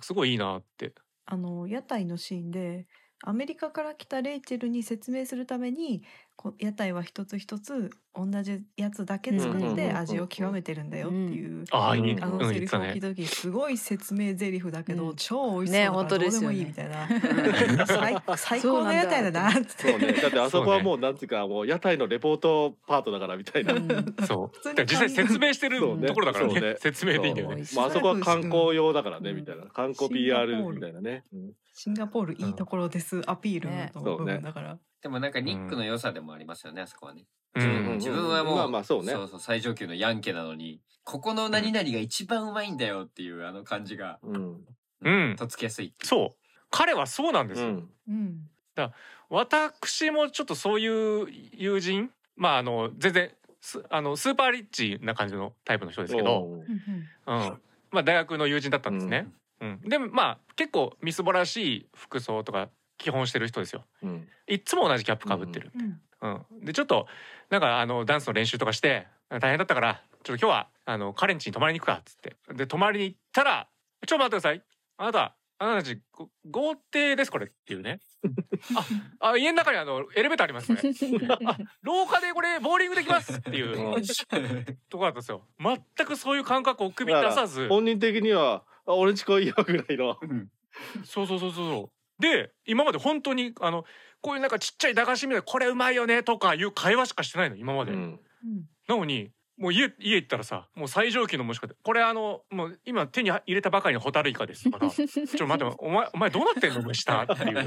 すごいいいなって。 あの屋台のシーンでアメリカから来たレイチェルに説明するためにこ屋台は一つ一つ同じやつだけ作って味を極めてるんだよっていうああいいあのセリフを聞いた時すごい説明台詞だけど、うん、超美味しそうだからどうでもいいみたいな、ね、最, 最高の屋台だなってそう、ね、だってあそこはもうなんていうかもう屋台のレポートパートだからみたいな、うん、 そう実際説明してるところだから ね, ね説明でいいんだよね。 まあ、あそこは観光用だからね、うん、みたいな観光 ピーアール みたいなね、うんシンガポールいいところです、うん、アピールの部分だから、ね、 でもなんかニックの良さでもありますよね、うん、あそこはね、うん、自分はもう、まあまあそうね、そうそう最上級のヤンケなのにここの何々が一番うまいんだよっていうあの感じが、うんうん、とっつきやすい。 そう彼はそうなんですよ、うんうん、だ私もちょっとそういう友人まああの全然スあのスーパーリッチな感じのタイプの人ですけど、うん、まあ大学の友人だったんですね、うんうん、でもまあ結構みすぼらしい服装とか基本してる人ですよ、うん、いっつも同じキャップかぶってる、うんうん、でちょっとなんかあのダンスの練習とかして大変だったからちょっと今日はあの彼ん家に泊まりに行くかっつってで泊まりに行ったらちょっと待ってくださいあなたあなたたち豪邸ですこれっていうねああ家の中にあのエレベーターありますねあ廊下でこれボーリングできますっていうとこだったんですよ。全くそういう感覚を首に出さず本人的にはあ俺んち来いよぐらいの、 うん、そうそうそうそうで今まで本当にあのこういうなんかちっちゃい駄菓子みたいなこれうまいよねとかいう会話しかしてないの今まで、うん、なのにもう 家, 家行ったらさもう最上級のもしかしてこれあのもう今手に入れたばかりのホタルイカですとかちょっと待ってお前お前どうなってんの下っていう、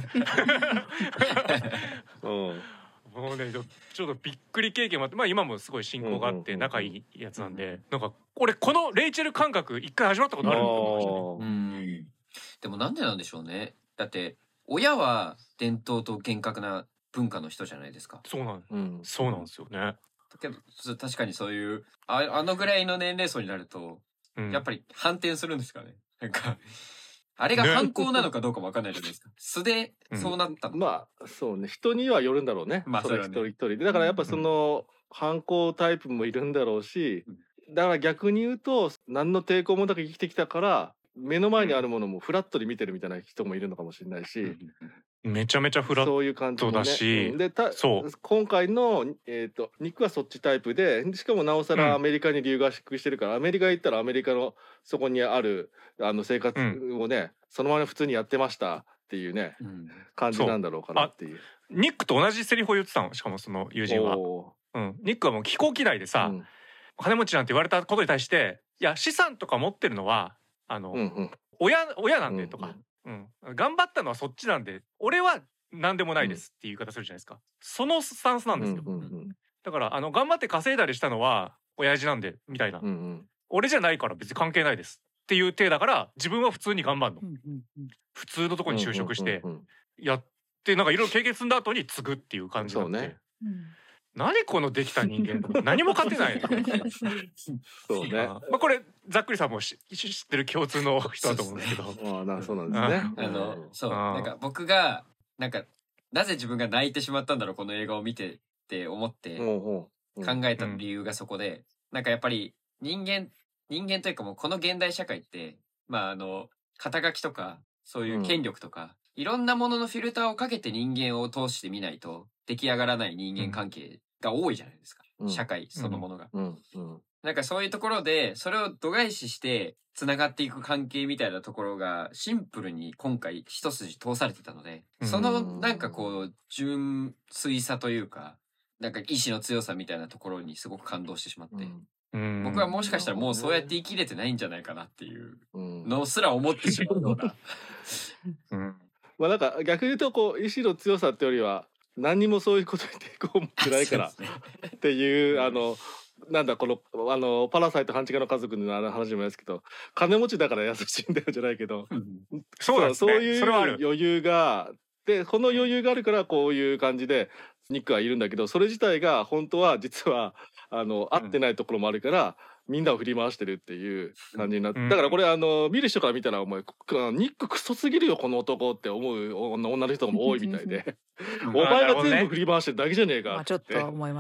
うん、もうねちょっとびっくり経験もあって、まあ、今もすごい親交があって仲いいやつなんで、なんか俺このレイチェル感覚一回味わったことあると思いましたね。 うんでもなんでなんでしょうね。だって親は伝統と厳格な文化の人じゃないですか。 そうなん、うん、そうなんですよね。だけど確かにそういう あ, あのぐらいの年齢層になると、うん、やっぱり反転するんですかね。なんかあれが反抗なのかどうかも分かんないじゃないですか。素でそうなったの、 うん、まあそうね人にはよるんだろうね。まあそれ一人一人でだからやっぱその、うん、反抗タイプもいるんだろうし、だから逆に言うと何の抵抗もなく生きてきたから目の前にあるものもフラットに見てるみたいな人もいるのかもしれないし、 めちゃめちゃフラットだし、 でたそう今回の、えーと、ニックはそっちタイプでしかもなおさらアメリカに留学してるから、うん、アメリカ行ったらアメリカのそこにあるあの生活をね、うん、そのまま普通にやってましたっていうね、うん、感じなんだろうかなっていう。 ニックと同じセリフを言ってたのしかもその友人は、うん、ニックはもう飛行機内でさ、うん、金持ちなんて言われたことに対していや資産とか持ってるのはあの、うんうん、親, 親なんでとか、うんうん、頑張ったのはそっちなんで俺は何でもないですっていう言い方するじゃないですか。そのスタンスなんですよ、うんうんうん、だからあの頑張って稼いだりしたのは親父なんでみたいな、うんうん、俺じゃないから別に関係ないですっていう体だから自分は普通に頑張るの、うんうんうん、普通のとこに就職してやってなんかいろいろ経験積んだ後に継ぐっていう感じになって、そうね、うん何このできた人間何も勝てないそうね、 まあこれざっくりさんも知ってる共通の人だと思うんですけどああそうなんですね。 あのそうなんか僕がなんかなぜ自分が泣いてしまったんだろうこの映画を見てって思って考えた理由がそこで、うん、なんかやっぱり人間人間というかもうこの現代社会ってまああの肩書きとかそういう権力とか、うん、いろんなもののフィルターをかけて人間を通してみないと出来上がらない人間関係が多いじゃないですか、うん、社会そのものが、うんうん、なんかそういうところでそれを度外視してつながっていく関係みたいなところがシンプルに今回一筋通されてたので、そのなんかこう純粋さというかなんか意志の強さみたいなところにすごく感動してしまって、うん、僕はもしかしたらもうそうやって生きれてないんじゃないかなっていうのすら思ってしまうような、 うん、まあなんか逆に言うとこう意志の強さってよりは何にもそういうことに抵抗を持ってないからっていうあのなんだこのあのパラサイト半地下の家族の話もですけど金持ちだから優しいんだよじゃないけど、うん、 そうなんですね、 そういう余裕がでこの余裕があるからこういう感じでニックはいるんだけどそれ自体が本当は実はあの合ってないところもあるから、うん、みんなを振り回してるっていう感じになって、うん、だからこれあの見る人から見たらお前ニッククソすぎるよこの男って思う女の人も多いみたいでお前が全部振り回してるだけじゃねえかって、 まあ、ちょっと思いました。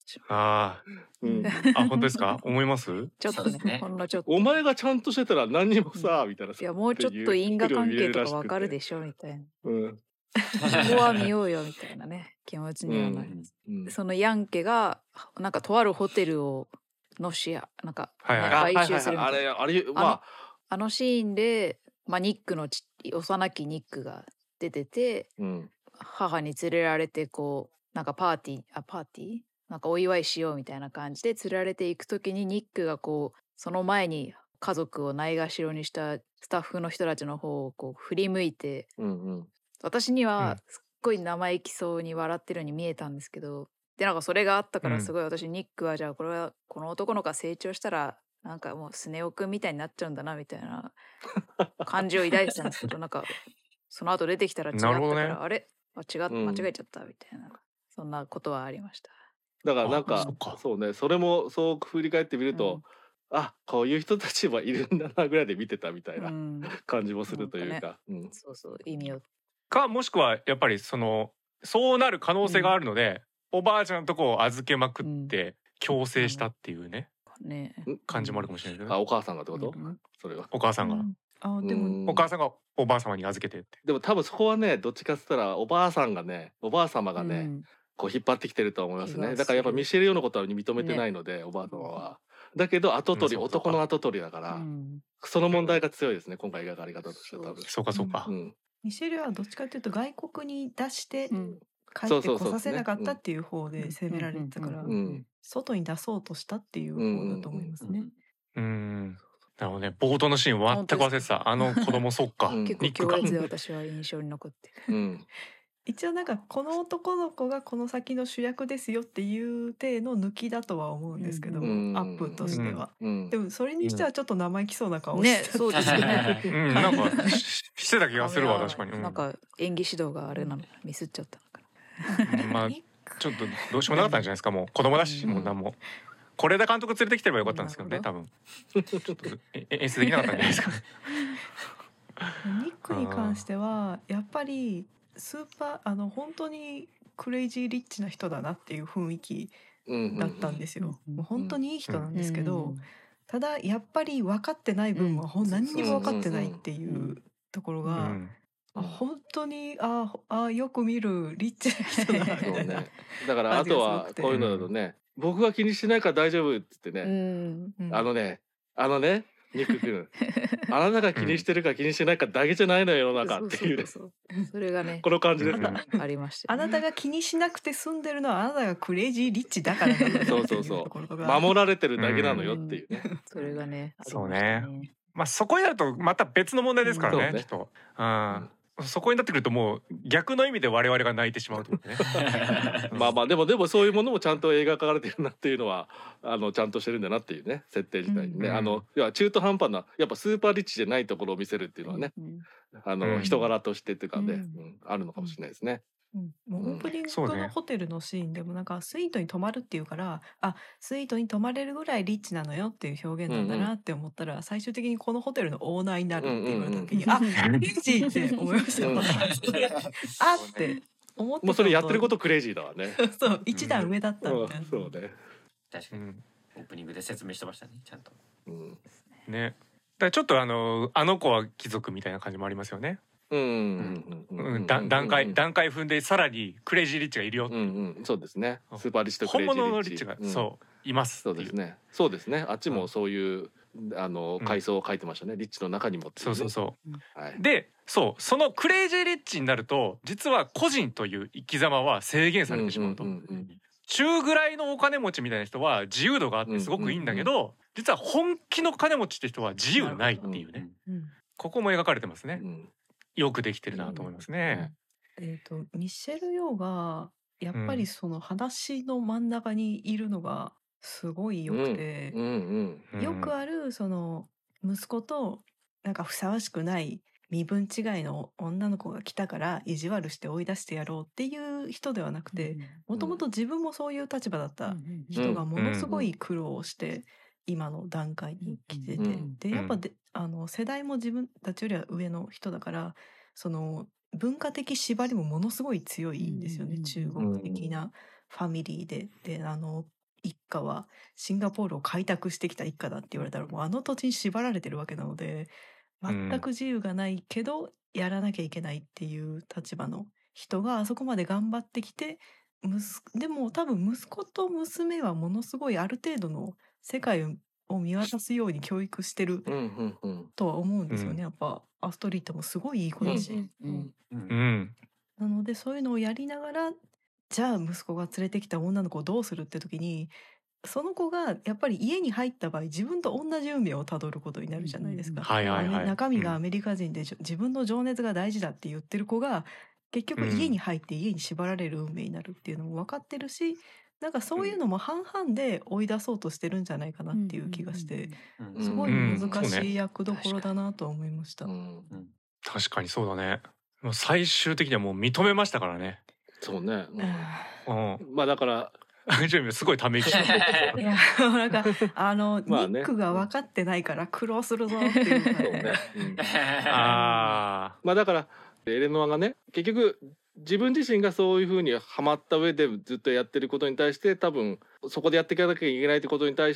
あうん、 あ、あ、本当ですか？思います？ ちょっとね、 ねほんのちょっと。 お前がちゃんとしてたら何にもさ、うん、みたいな。 いや、もうちょっと因果関係とかわかるでしょみたいな。 うん。 ここは見ようよみたいなね気持ちにはなります、うんうん、そのヤンケがなんかとあるホテルをのしなんか、ね、 はいはい、 買収するみたいな、 はいはい、あれあれまああのシーンで、まあ、ニックのち幼きニックが出てて、うん、母に連れられてこうなんかパーティーあパーティーなんかお祝いしようみたいな感じで連れられていくときにニックがこうその前に家族をないがしろにしたスタッフの人たちの方をこう振り向いて、うんうん、私にはすっごい生意気そうに笑ってるように見えたんですけど、でなんかそれがあったからすごい私、うん、ニックはじゃあこれはこの男の子が成長したらなんかもうスネ夫くんみたいになっちゃうんだなみたいな感じを抱いてたんですけどなんかその後出てきたら違ったから、ね、あれあ違っ間違えちゃったみたいな、うん、そんなことはありました。 だからなんかそうね、それもそう振り返ってみると、うん、あこういう人たちはいるんだなぐらいで見てたみたいな感じもするというか、うんね、うん、 そうそう意味をかもしくはやっぱりそのそうなる可能性があるので、うん、おばあちゃんのとこを預けまくって強制したっていうね、うんね、感じもあるかもしれないけど、ね、 あお母さんがってこと、うん、それはお母さんが、うん、 あでもお母さんがおばあ様に預けてって。 でも多分そこはねどっちかっつったらおばあさんがねおばあ様がね、うん、こう引っ張ってきてると思いますね。だからやっぱミシェル・ヨーのことは認めてないので、ね、おばあ様は。だけど後取り、うん、男の後取りだから、うん、その問題が強いですね今回描かれ方としては多分。 そうかそうか、うん、 ミシェルはどっちかというと外国に出して帰ってこさせなかったっていう方で責められてたから外に出そうとしたっていう方だと思いますね。 うん、うん、なるほどね。冒頭のシーン全く忘れてた。あの子供そっか、うん、 結構強烈で私は印象に残ってる、うん一応なんかこの男の子がこの先の主役ですよっていう体の抜きだとは思うんですけど、うん、アップとしては、うん、でもそれにしてはちょっと生意気そうな顔して、 ね、そうですねうん、なんかしてた気がするわ確かに、うん、 なんか演技指導があれなのミスっちゃったのかなまあちょっとどうしようもなかったんじゃないですか。もう子供だし、うん、もう何も是枝監督連れてきてればよかったんですけどね多分ちょっと演出できなかったんじゃないですかニックに関してはやっぱりスーパーあの本当にクレイジーリッチな人だなっていう雰囲気だったんですよ、うんうん、もう本当にいい人なんですけど、うん、ただやっぱり分かってない分は、うん、何にも分かってないっていうところが、うん、あ本当にああよく見るリッチな人だなみたいな、ね、 だからあとはこういうのだとね、うん、僕は気にしないから大丈夫って言ってね、うん、あのねあのねニック君あなたが気にしてるか気にしてないかだけじゃないのよ世の中っていう、 そうそうそうそれがねこの感じですねありました、 ね、あなたが気にしなくて済んでるのはあなたがクレイジーリッチだからなんだそうそうそう守られてるだけなのよっていうね、 うん、それがねそうねまあそこになるとまた別の問題ですからね、うん、きっと、うん、そこになってくるともう逆の意味で我々が泣いてしまうというねまあまあでもでもそういうものもちゃんと描かれてるなっていうのはあのちゃんとしてるんだなっていうね設定自体にね、うん、あのいや中途半端なやっぱスーパーリッチじゃないところを見せるっていうのはね、うん、あの、うん、人柄としてっていうかね、うん、あるのかもしれないですね。 うん、もうオープニングのホテルのシーンでもなんかスイートに泊まるっていうから、あスイートに泊まれるぐらいリッチなのよっていう表現なんだなって思ったら、うんうん、最終的にこのホテルのオーナーになるって言われた時に、うんうんうん、あリッチって思いましたよ、うん、あって思って、 もうそれやってることクレイジーだわねそう一段上だったみたいな、 うん、そうね確かに、うん、オープニングで説明してましたねちゃんと、 うん、ねだからちょっとあのあの子は貴族みたいな感じもありますよね。段階段階踏んでさらにクレイジーリッチがいるよっていう、うんうん、 そうですねスーパーリッチとクレイジーリッチ本物のリッチが、うん、そういますそうですねそうですねあっちもそういう、うん、あの階層を書いてましたね、うん、リッチの中にもっていう、ね、 そうそうそう、はい、でそうそのクレイジーリッチになると実は個人という生き様は制限されてしまうと、うんうんうんうん、中ぐらいのお金持ちみたいな人は自由度があってすごくいいんだけど、うんうんうん、実は本気の金持ちって人は自由ないっていうね、うんうん、ここも描かれてますね、うんよくできてるなと思いますね。 うんえーと、ミシェル・ヨーがやっぱりその話の真ん中にいるのがすごいよくて、うんうんうん、よくあるその息子となんかふさわしくない身分違いの女の子が来たから意地悪して追い出してやろうっていう人ではなくて、もともと自分もそういう立場だった人がものすごい苦労をして今の段階に来てて、うん、でやっぱであの世代も自分たちよりは上の人だからその文化的縛りもものすごい強いんですよね、うん、中国的なファミリーでであの一家はシンガポールを開拓してきた一家だって言われたらもうあの土地に縛られてるわけなので全く自由がないけどやらなきゃいけないっていう立場の人があそこまで頑張ってきて息でも多分息子と娘はものすごいある程度の世界を見渡すように教育してるとは思うんですよね、うん、やっぱアストリッドもすごいいい子だし、 うんうん、 なのでそういうのをやりながらじゃあ息子が連れてきた女の子をどうするって時にその子がやっぱり家に入った場合自分と同じ運命をたどることになるじゃないですか、 はいはいはい、 中身がアメリカ人で、うん、自分の情熱が大事だって言ってる子が結局家に入って家に縛られる運命になるっていうのも分かってるし、なんかそういうのも半々で追い出そうとしてるんじゃないかなっていう気がしてすごい難しい役どころだなと思いました、うんうん、確かにそうだね。最終的にはもう認めましたからね。 そうね、 うん、 まあだからすごいため息いやなんかあの、まあね、ニックが分かってないから苦労するぞっていうのがね、うん、 あまあだからエレノアがね結局自分自身がそういうふうにハマった上でずっとやってることに対して多分そこでやっていかなきゃいけないってことに対して、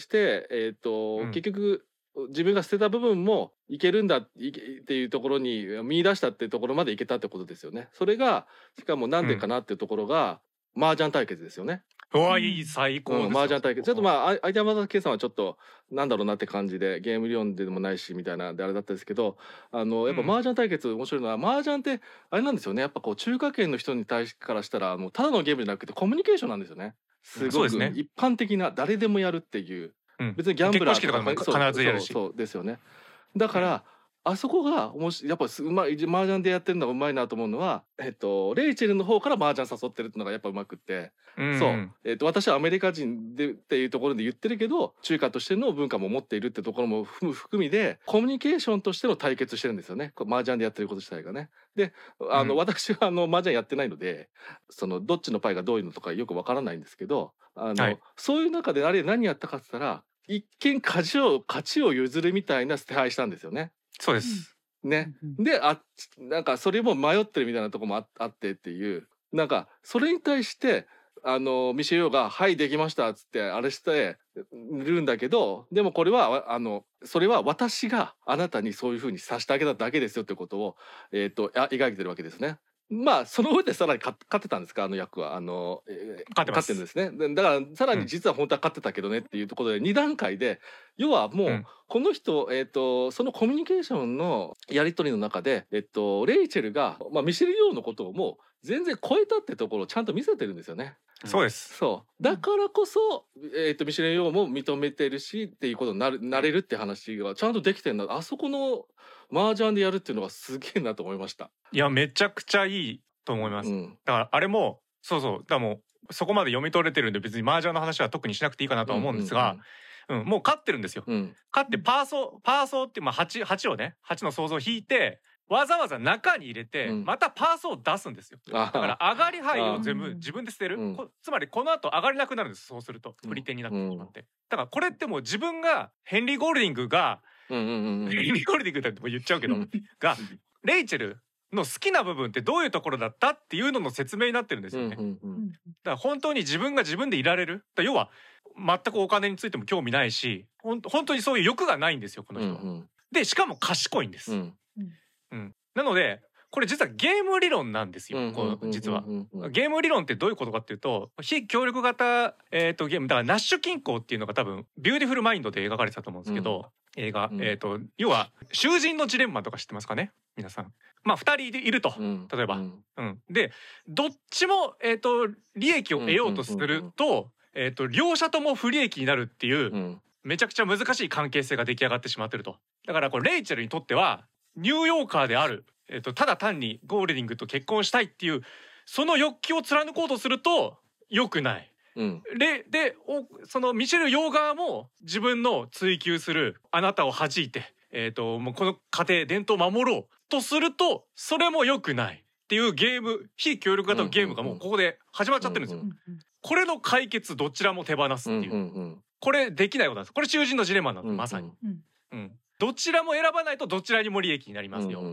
えーとうん、結局自分が捨てた部分もいけるんだっていうところに見出したっていうところまでいけたってことですよね。それがしかもなんでかなっていうところが、うん、麻雀対決ですよね。 うわいい最高ですよ、 うん、麻雀対決ちょっとまあ相手山田圭さんはちょっとなんだろうなって感じでゲーム理論でもないしみたいなであれだったんですけど、あのやっぱ麻雀対決面白いのは、うん、麻雀ってあれなんですよね。やっぱこう中華圏の人に対しからしたらもうただのゲームじゃなくてコミュニケーションなんですよね。すごく一般的な誰でもやるっていう、うん、別にギャンブラーとかも必ずやるし、 そうですよね。だから、うんあそこがもしやっぱうまい麻雀でやってるのがうまいなと思うのは、えっと、レイチェルの方から麻雀誘ってるっていうのがやっぱうまくって、うん、そう、えっと、私はアメリカ人でっていうところで言ってるけど中華としての文化も持っているってところも含みでコミュニケーションとしての対決してるんですよね麻雀でやってること自体がね。であの、うん、私はあの麻雀やってないのでそのどっちのパイがどういうのとかよくわからないんですけどあの、はい、そういう中であれ何やったかって言ったら一見勝ちを勝ちを譲るみたいな手配したんですよね。 そうです。 ね、であなんかそれも迷ってるみたいなところも あ, あってっていうなんかそれに対してあのミシェルが「はいできました」っつってあれしてるんだけどでもこれはあのそれは私があなたにそういう風にさせてあげただけですよってことを、えー、と描いてるわけですね。まあその上でさらに勝ってたんですかあの役はあの、 えー、勝ってます。 勝ってるんですね。だからさらに実は本当は勝ってたけどねっていうところでに段階で要はもうこの人、うん、えー、とそのコミュニケーションのやり取りの中で、えっと、レイチェルが、まあ、ミシェル・ヨーのことをもう全然超えたってところをちゃんと見せてるんですよね。 そうです。 そうだからこそ、えー、とミシェル・ヨーも認めてるしっていうことになるなれるって話がちゃんとできてるんだ。あそこの麻雀でやるっていうのがすげえなと思いました。 いやめちゃくちゃいいと思います、うん、だからあれもそうそうだからもうそこまで読み取れてるんで別に麻雀の話は特にしなくていいかなとは思うんですが、うんうんうんうん、もう勝ってるんですよ、うん、勝ってパーソパーソって、まあ、8, 8をねはちの想像を引いてわざわざ中に入れて、うん、またパーソを出すんですよ。だから上がり牌を全部自分で捨てる、うん、つまりこの後上がれなくなるんです。そうすると振り手になってしまって、うん、だからこれってもう自分がヘンリー・ゴールディングが、うんうんうん、ヘンリー・ゴールディングっても言っちゃうけどがレイチェルの好きな部分ってどういうところだったっていうのの説明になってるんですよね、うんうんうん、だから本当に自分が自分でいられるだ要は全くお金についても興味ないしほん本当にそういう欲がないんですよこの人は、うんうん、でしかも賢いんです、うんうん、なのでこれ実はゲーム理論なんですよ、うんこう実はゲーム理論ってどういうことかっていうと非協力型、えー、とゲームだからナッシュ均衡っていうのが多分ビューティフルマインドで描かれてたと思うんですけど、うん、映画、うんえー、と要は囚人のジレンマとか知ってますかね皆さん。まあふたりいると、うん、例えば、うんうん、でどっちも、えー、と利益を得ようとすると、えー、と両者とも不利益になるっていう、うん、めちゃくちゃ難しい関係性が出来上がってしまってると。だからこれレイチェルにとってはニューヨーカーである、えー、とただ単にゴールディングと結婚したいっていうその欲求を貫こうとすると良くない。うん、で, でそのミシェル・ヨー側も自分の追求するあなたを弾いて、えー、ともうこの家庭伝統を守ろうとするとそれも良くないっていうゲーム非協力型のゲームがもうここで始まっちゃってるんですよ、うんうんうん、これの解決どちらも手放すっていう、うんうんうん、これできないことなんです。これ囚人のジレンマなんです、うんうん、まさに、うんうん、どちらも選ばないとどちらにも利益になりますよっていう、うんうん、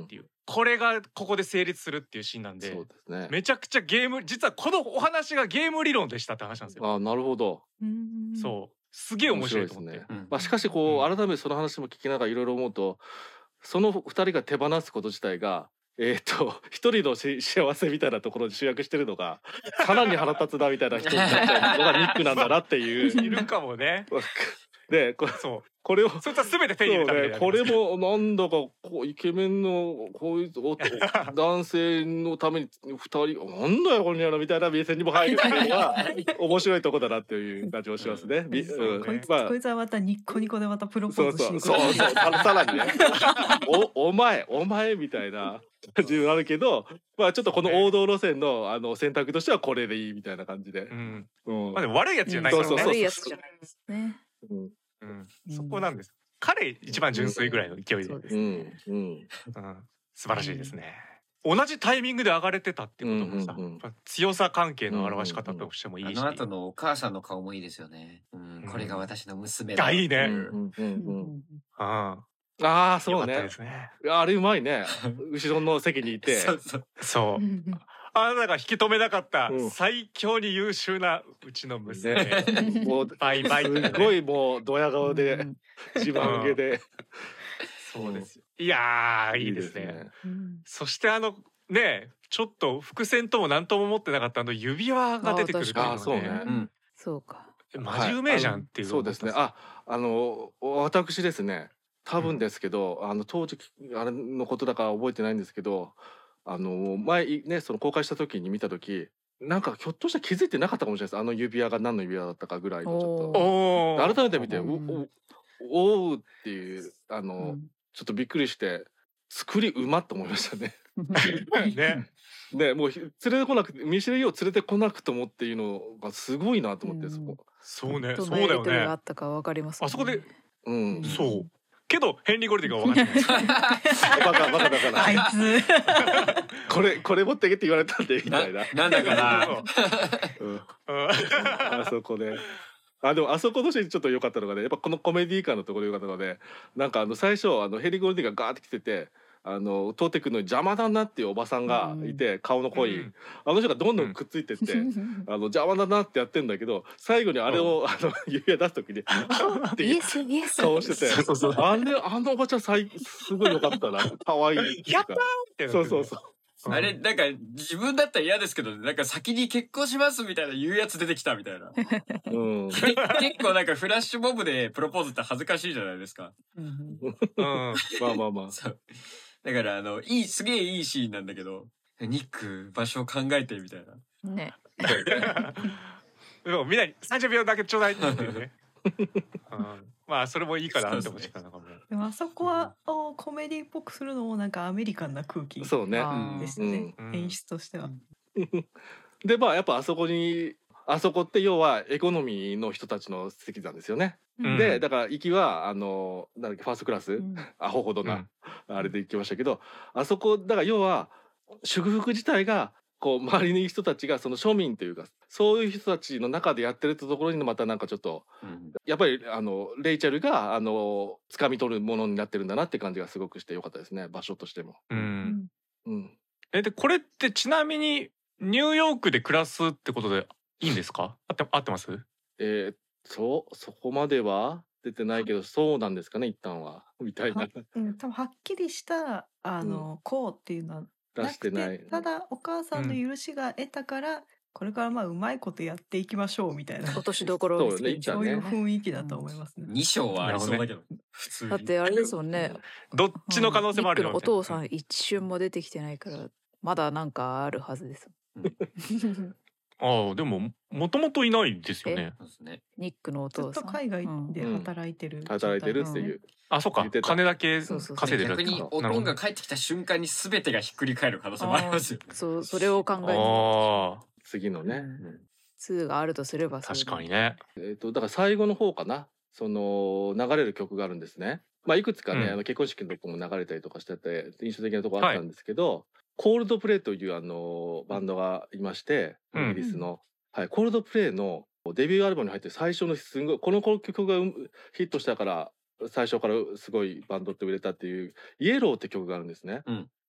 これがここで成立するっていうシーンなんで、 そうですね。 めちゃくちゃゲーム、実はこのお話がゲーム理論でしたって話なんですよ。 あ、なるほど。 そうすげえ面白いと思って。 面白いですね。まあしかしこう改めてその話も聞きながらいろいろ思うと、そのふたりが手放すこと自体がえっと一人のし幸せみたいなところに集約してるのがさらに腹立つなみたいな人になっちゃうのがニックなんだなっていう。 いるかもね。 でこれそうこれをそいつは全て手に入れたみたいな、 ね、これもなんだかこうイケメンのこういう男性のためにふたりなんだよこの野郎みたいな目線にも入るっていうのは面白いとこだなっていう感じもしますね。みうんこいつ、 まあこいつはまたニッコニコでまたプロポそうーズしそうに来る。 そうそうささらにねおお前お前みたいな感じになるけど、まあちょっとこの王道路線のあの選択としてはこれでいいみたいな感じで、 うんうんまあでも悪いやつじゃないからね。 そうそうそう悪いやつじゃないですね。 うんうんそこなんです。彼一番純粋ぐらいの勢いで、 そうですうんね。 うんうん素晴らしいですね。同じタイミングで上がれてたってこともさ、 うんうんうんやっぱ強さ関係の表し方としてもいいし、 あの後のお母さんの顔もいいですよね。うんうんこれが私の娘だ。 あいいね。 ううんんうんうんああああよかったそうねですね。 あれうまいね後ろの席にいてそうそう。 そうあなたが引き止めなかったうん最強に優秀なうちの娘、 ねもうバイバイってねすごいもうドヤ顔で自慢げでそうですよ。いやーいいですね。そしてあのねちょっと伏線とも何とも思ってなかったあの指輪が出てくるっていうのはあそうねうんそうか。 マジうめえじゃんっていうのをそうですね。あ、あの私ですね。多分ですけど、あの当時あれのことだから覚えてないんですけど、あの前ねその公開した時に見た時、なんかひょっとしたら気づいてなかったかもしれないです。あの指輪が何の指輪だったかぐらいのちょっと。 おー改めて見て、おうんおおうっていうあの、 うんちょっとびっくりして作りうまっと思いましたね。 ねでもうひ連れてこなくてミシェル・イを連れてこなくともっていうのがすごいなと思って、 うんそこ。 そうねどそうだよんなやりとりがあねったかわかりますもんね。 あそこでうん。 うんそうけどヘンリー・ゴルディが分かんないバカバカだから。 あいつ。 これこれ持ってけって言われたんでみなたいな。 なんだかな。 うんうんあそこで。あでもあそこのシーンちょっと良かったのがね、やっぱこのコメディ感のところ良かったので、なんかあの最初あのヘリゴルディがガーって来てて、あの通ってくるのに邪魔だなっていうおばさんがいて、顔の濃い、 うんあの人がどんどんくっついてって、あの邪魔だなってやってんだけど、最後にあれを、あの指輪出す時にあっていうイエスイエス。 顔してて、 そうそうそうあれあのおばちゃん最すごい良かったな、可愛いっていうかやったーってなってるそうそうそう。 あれなんか自分だったら嫌ですけど、なんか先に結婚しますみたいな言うやつ出てきたみたいな。 うん。 け結構なんかフラッシュモブでプロポーズって恥ずかしいじゃないですか。 うんうんまあまあまあ。 そう。だからあのいいすげえいいシーンなんだけど、ニック場所を考えてみたいな。 ね。 でもみんなにさんじゅうびょうだけちょうだいっていうね、うん、まあそれもいいかなって思ってたのかも。 でもあそこはおコメディっぽくするのもなんかアメリカンな空気そうね。 あーですよね、 うん演出としては。 でまあやっぱあそこにあそこって要はエコノミーの人たちの席なんですよね。 うんでだから行きはあのなんだっけファーストクラス、 うんアホほどな、あれで行きましたけど、あそこだから要は祝福自体がこう周りにいる人たちがその庶民というかそういう人たちの中でやってるってところにまたなんかちょっとうんやっぱりあのレイチェルがあの掴み取るものになってるんだなって感じがすごくしてよかったですね、場所としても。 ううんんうん、 えでこれってちなみにニューヨークで暮らすってことでいいんですか？合って合ってます？ えー、そうそこまでは出てないけどそうなんですかね一旦はみたいなはうん、多分はっきりしたあの、こうっていうのは出なくしてないて、ただお母さんの許しが得たから、これからまあうまいことやっていきましょうみたいな、 落としどころを見つけてそういうそうね雰囲気だと思いますね。 に章はありそうだけど、普通に。 だってあれですもんね。 どっちの可能性もあるよニックのお父さん一瞬も出てきてないからまだなんかあるはずです。 ああでももともといないですよね。 そうですね。 ニックのおずっ父さん。 と海外で働いてる、 働いてるっていう、 あそうか言ってた金だけそうそうそう稼いでる逆におとんが帰ってきた瞬間に全てがひっくり返る可能性もありますよね。 そうそれを考えてああ次のね、 ツーがあるとすればそれで確かにね。 えー、とだから最後の方かな、その流れる曲があるんですね。まあいくつかね、 うんあの結婚式のとこも流れたりとかしてて印象的なとこあったんですけど、コールドプレイというあのバンドがいましてうんイギリスの、はい、コールドプレイのデビューアルバムに入ってる最初のすごいこの曲がうんヒットしたから最初からすごいバンドって売れたっていう「イエロー」って曲があるんですね。 うん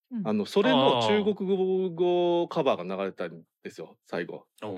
あのそれの中国語カバーが流れたんですよ最後。 おうん。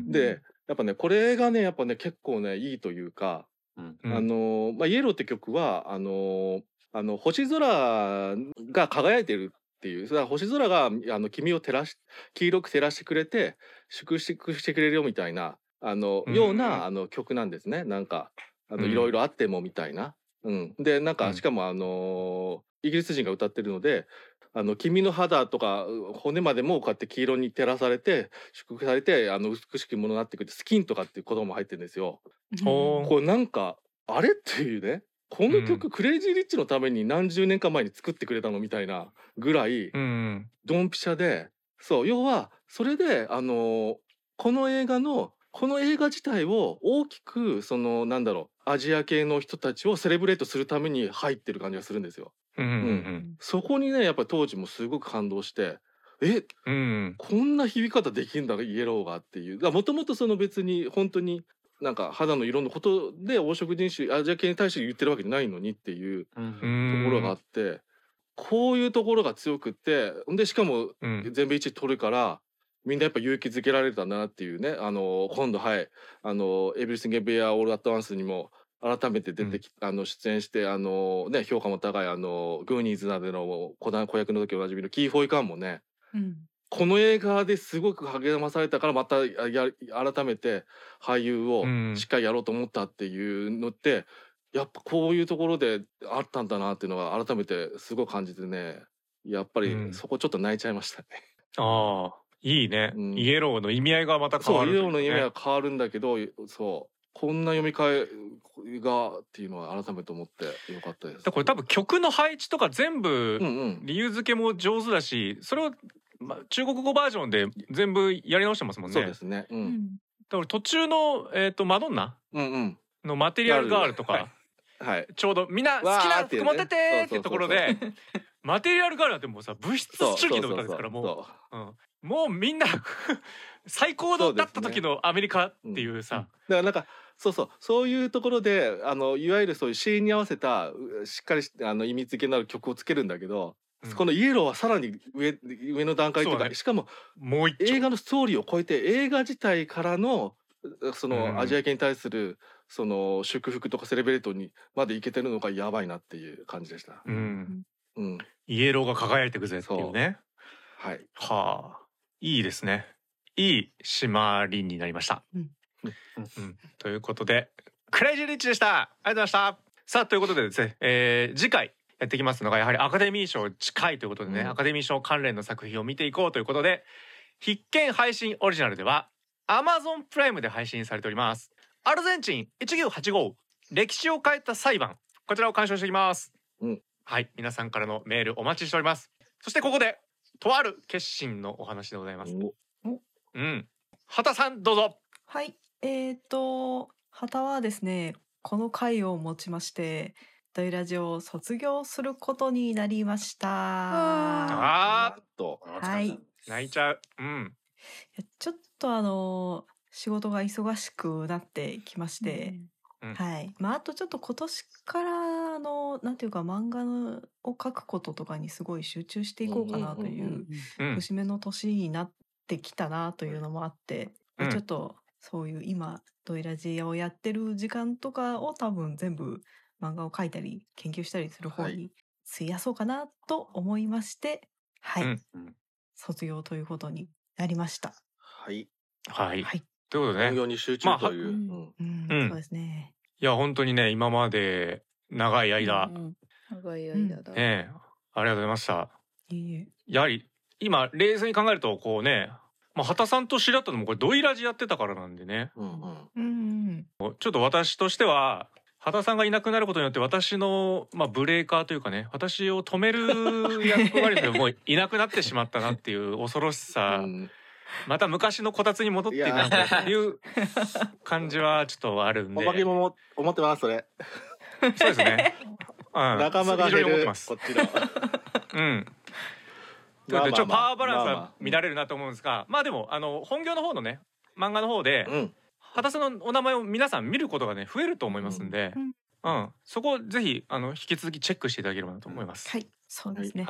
でやっぱねこれがねやっぱね結構ねいいというか、 うんうんあのまあ、イエローって曲はあのあの星空が輝いてるっていう、それは星空があの君を照らし黄色く照らしてくれて祝福してくれるよみたいなあの、 うんようなあの曲なんですね。なんかあのうんいろいろあってもみたいな。うん、でなんうんかしかもあのイギリス人が歌ってるので。あの君の肌とか骨までもこうやって黄色に照らされて祝福されてあの美しきものになってくるスキンとかっていう言葉も入ってるんですよ。 ほーこれなんかあれっていうねこの曲、 うんクレイジー・リッチのために何十年か前に作ってくれたのみたいなぐらいうんドンピシャで、そう要はそれであのこの映画のこの映画自体を大きくそのなんだろうアジア系の人たちをセレブレートするために入ってる感じがするんですよ。 うんうんそこにねやっぱり当時もすごく感動してえうんうんこんな響き方できるんだイエローがっていうもともとその別に本当になんか肌の色のことで黄色人種アジア系に対して言ってるわけじゃないのにっていううんうんところがあってこういうところが強くってでしかもうん全米いちい取るからみんなやっぱ勇気づけられたんだなっていうねあの今度はいあの「エブリシング・エブリア・オール・アット・ワンス」にも改めて出てき、あの出演してあの、ね、評価も高いあのグーニーズなどの子子役の時おなじみのキー・フォイ・カンもねうんこの映画ですごく励まされたからまたや改めて俳優をうんしっかりやろうと思ったっていうのって、やっぱこういうところであったんだなっていうのが改めてすごい感じてねやっぱりうんそこちょっと泣いちゃいましたね。 ああいいね、 うんイエローの意味合いがまた変そうイエわるというねローの意味は変わるんだけどそうこんな読み替えがっていうのは改めて思ってよかったです。 だからこれ多分曲の配置とか全部うんうん理由付けも上手だしそれをま中国語バージョンで全部やり直してますもんね。 そうですね。ううんんだから途中の、えー、とマドンナうんうんのマテリアルガールとかはいちょうどみんな好きわーなっていうね服持ってってーっていうところでマテリアルガールなんてもうさ物質そう主義の歌ですからそうもそうう、うん、もうみんな最高だった時のアメリカっていうさだからなんかそうそうそういうところであのいわゆるそういうシーンに合わせたうしっかりしあの意味付けのある曲をつけるんだけど、 うんこのイエローはさらに上上の段階というか、 そうねしかももう一丁映画のストーリーを超えて映画自体からのその、 うんアジア系に対するその祝福とかセレブレートにまでいけてるのがやばいなっていう感じでした。 うん、 うん、 イエローが輝いてくぜっていうねはい。 はあいいですねいい締まりになりました、 うんうん、ということでクレイジーリッチでしたありがとうございましたさあということでですね、えー次回やってきますのがやはりアカデミー賞近いということでね、 うんアカデミー賞関連の作品を見ていこうということで必見配信オリジナルでは Amazon プライムで配信されておりますアルゼンチンいちきゅうはちご歴史を変えた裁判こちらを鑑賞していきます、 うんはい皆さんからのメールお待ちしておりますそしてここでとある決心のお話でございますうん畑さんどうぞはいえーと旗はですねこの回をもちましてドイラジオを卒業することになりました。 ああとはい。いー泣いちゃううんやちょっとあの仕事が忙しくなってきまして、 うんはい。まああとちょっと今年からあのなんていうか漫画のを描くこととかにすごい集中していこうかなというんうんうんううん節目の年になってきたなというのもあって、 うんちょっとそういう今ドイラジをやってる時間とかを多分全部漫画を描いたり研究したりする方はいに費やそうかなと思いまして、はい、 うん卒業ということになりました。 はいはい、 はい、 ということでね本業に集中という、 まあうんうん、 うんそうですね。 いや本当にね今まで長い間、 うんうん長い間だ、 ねえありがとうございましたいえいえ。 やはり今冷静に考えるとこうねまあ畑さんと知り合ったのもこれドイラジやってたからなんでねうんうんうんうんちょっと私としては畑さんがいなくなることによって私の、まあ、ブレーカーというかね私を止める役割でもういなくなってしまったなっていう恐ろしさ、 うんまた昔のこたつに戻っていなっていう感じはちょっとあるんでおまけもも思ってますそれ。 そうですね、うん、 仲間が非常減るに思ってますこっちの。 うんということでちょっとパワーバランスはまあまあ乱れるなと思うんですがまあでもあの本業の方のね漫画の方でうん畑さんのお名前を皆さん見ることがね増えると思いますんで、 うんうん、そこをぜひあの引き続きチェックしていただければなと思います。 はい、そうですね。 はい、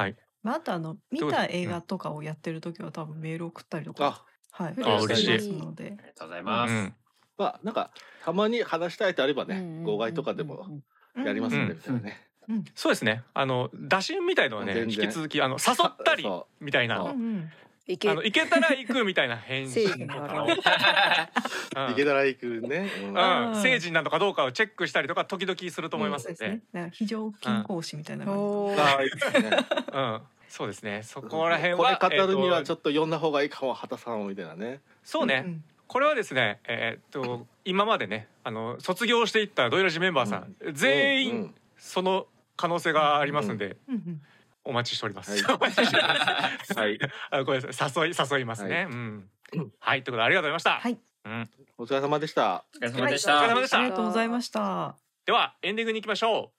まあ、あとあの見た映画とかをやってる時は多分メール送ったりとか、はい、 あ嬉しいしてますので。 ありがとうございます。うん、 まあなんかたまに話したいとあればね、号外とかでもやりますんでみたいなね。 うん、そうですね。あの打診みたいのはね、引き続きあの誘ったりみたいな。いけあの行けたら行くみたいな返信とかを行けたら行くね、 うん、成人なのかどうかをチェックしたりとか時々すると思いますので、 ね、非常勤講師みたいな感じ。ああいいですね。うん、そうですね。そこら辺はこれ語るにはちょっと読んだ方がいいかも、畑さんみたいなね。 そうね。うん、これはですね、えー、っと今までね、あの卒業していったドイラジメンバーさん、うん、全員その可能性がありますんで。うんうんうん、お待ちしております。はい、お待ちしております。はい。あ、ごめんなさい。誘い誘いますね。はい、うん。はい。ということでありがとうございました。 はい。 うん。 お疲れ様でした。 お疲れ様でした。 お疲れ様でした。 ありがとうございました。 ではエンディングに行きましょう。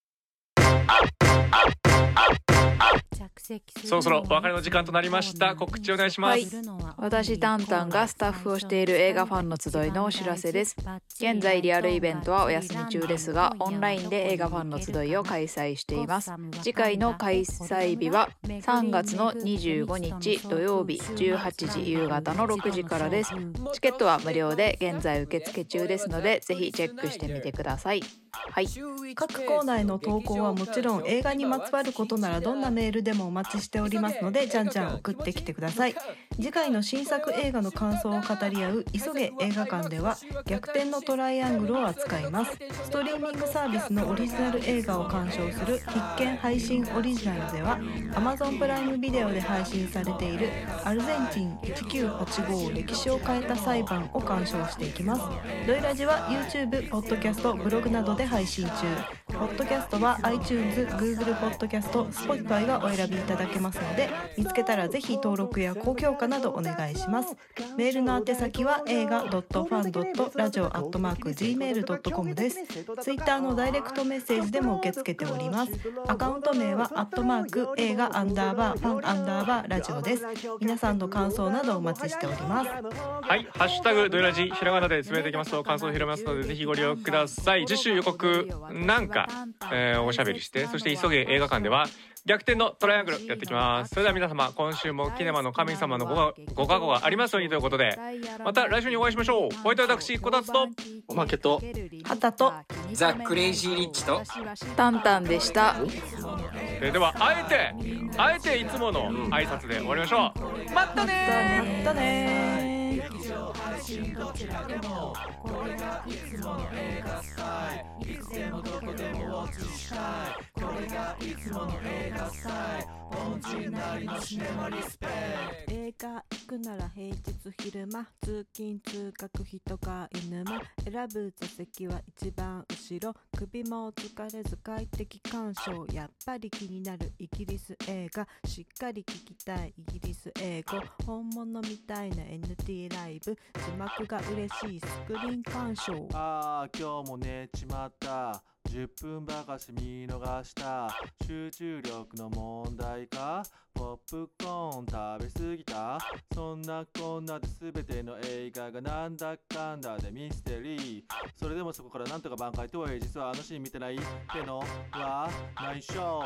そろそろお別れの時間となりました。告知お願いします。はい、 私タンタンがスタッフをしている映画ファンの集いのお知らせです。現在リアルイベントはお休み中ですが、オンラインで映画ファンの集いを開催しています。次回の開催日はさんがつのにじゅうごにち土曜日じゅうはちじ夕方のろくじからです。チケットは無料で現在受付中ですので、ぜひチェックしてみてください。はい、 各コーナーへの投稿はもちろん映画にまつわることならどんなメールでもお待ちしておりますので、じゃんじゃん送ってきてください。次回の新作映画の感想を語り合う急げ映画館では逆転のトライアングルを扱います。ストリーミングサービスのオリジナル映画を鑑賞する必見配信オリジナルでは Amazon プライムビデオで配信されているアルゼンチンいちきゅうはちご歴史を変えた裁判を鑑賞していきます。ドイラジは YouTube、ポッドキャスト、ブログなどで配信中。ポッドキャストは iTunes、Google ポッドキャスト、Spotify がお選びいただけますので、見つけたらぜひ登録や高評価などお願いします。メールの宛先は映画 ドットファン ドットラジオ アットマーク ジーメール ドットコム です。Twitter のダイレクトメッセージでも受け付けております。アカウント名はアットマーク映画アンダーバーファンアンダーバーラジオです。皆さんの感想などお待ちしております。 はい、ハッシュタグドイラジひらがなでつぶやいていきますと感想を広めますので、ぜひご利用ください。次週予告なんか、えー、おしゃべりして、そして急げ映画館では逆転のトライアングルやってきます。それでは皆様、今週もキネマの神様のごご加護がありますようにということで、また来週にお会いしましょう。お相手は私こたつとおまけとはたとザ・クレイジーリッチとタンタンでした。 えー、ではあえてあえていつもの挨拶で終わりましょう。まったねまったねどちらでもこれがいつもの映画スタイル、いつでもどこでもウォッチしたい、これがいつもの映画スタイル、本人なりのシネマリスペクト。映画行くなら平日昼間、通勤通学人が犬間、選ぶ座席は一番後ろ、首も疲れず快適鑑賞、やっぱり気になるイギリス映画、しっかり聞きたいイギリス英語、本物みたいな エヌティー ライブ、字幕が嬉しいスクリーン鑑賞。あー今日も寝ちまった、じゅっぷんばかし見逃した、集中力の問題か、ポップコーン食べ過ぎた、そんなこんなで全ての映画がなんだかんだでミステリー、それでもそこからなんとか挽回とはいえ実はあのシーン見てないってのは内緒。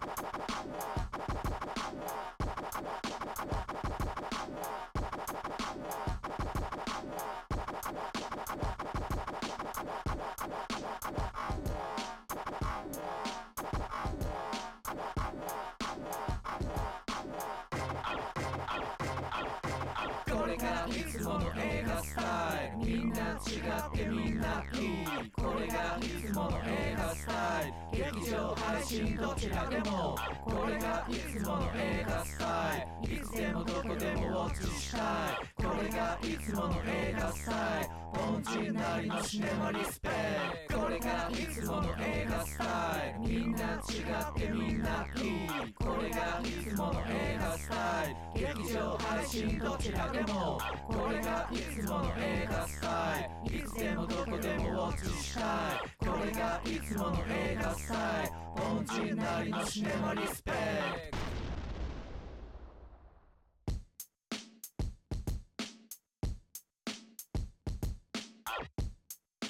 これがいつもの映画スタイル、みんな違ってみんないい、これがいつもの映画スタイル、劇場配信どちらでもこれがいつもの映画スタイル、いつでもどこでもウォッチしたい、これがいつもの映画スタイル、本人なりのシネマリスペクト。これがいつもの映画スタイル、みんな違ってみんないい、これがいつもの映画スタイル、劇場配信どちらでもこれがいつもの映画スタイル、いつでもどこでもウォッチしたい、これがいつもの映画スタイル、本人なりのシネマリスペク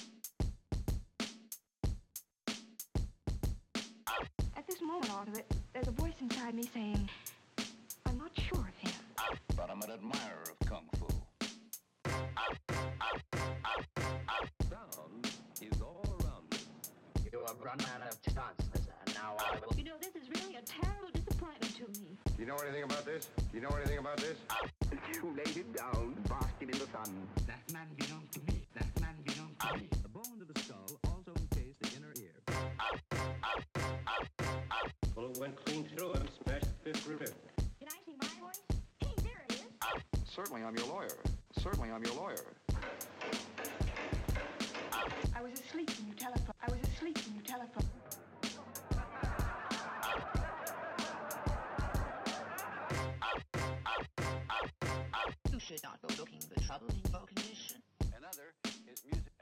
ト。At this moment, all of it There's a voice inside me saying, I'm not sure of him. But I'm an admirer of Kung Fu. Sound is all around me. You have run out of chances, and now I will... You know, this is really a terrible disappointment to me. You know anything about this? You know anything about this? You laid it down, basking in the sun. That man belongs to me. That man belongs to me. The bones of the skull also encase the inner ear. Well, it went clean through and smashed the fifth rib. Can I see my voice? Hey, there it is. Certainly I'm your lawyer. Certainly I'm your lawyer. I was asleep when you telephoned. I was asleep when you telephoned. You should not go looking for trouble in your condition. Another is music.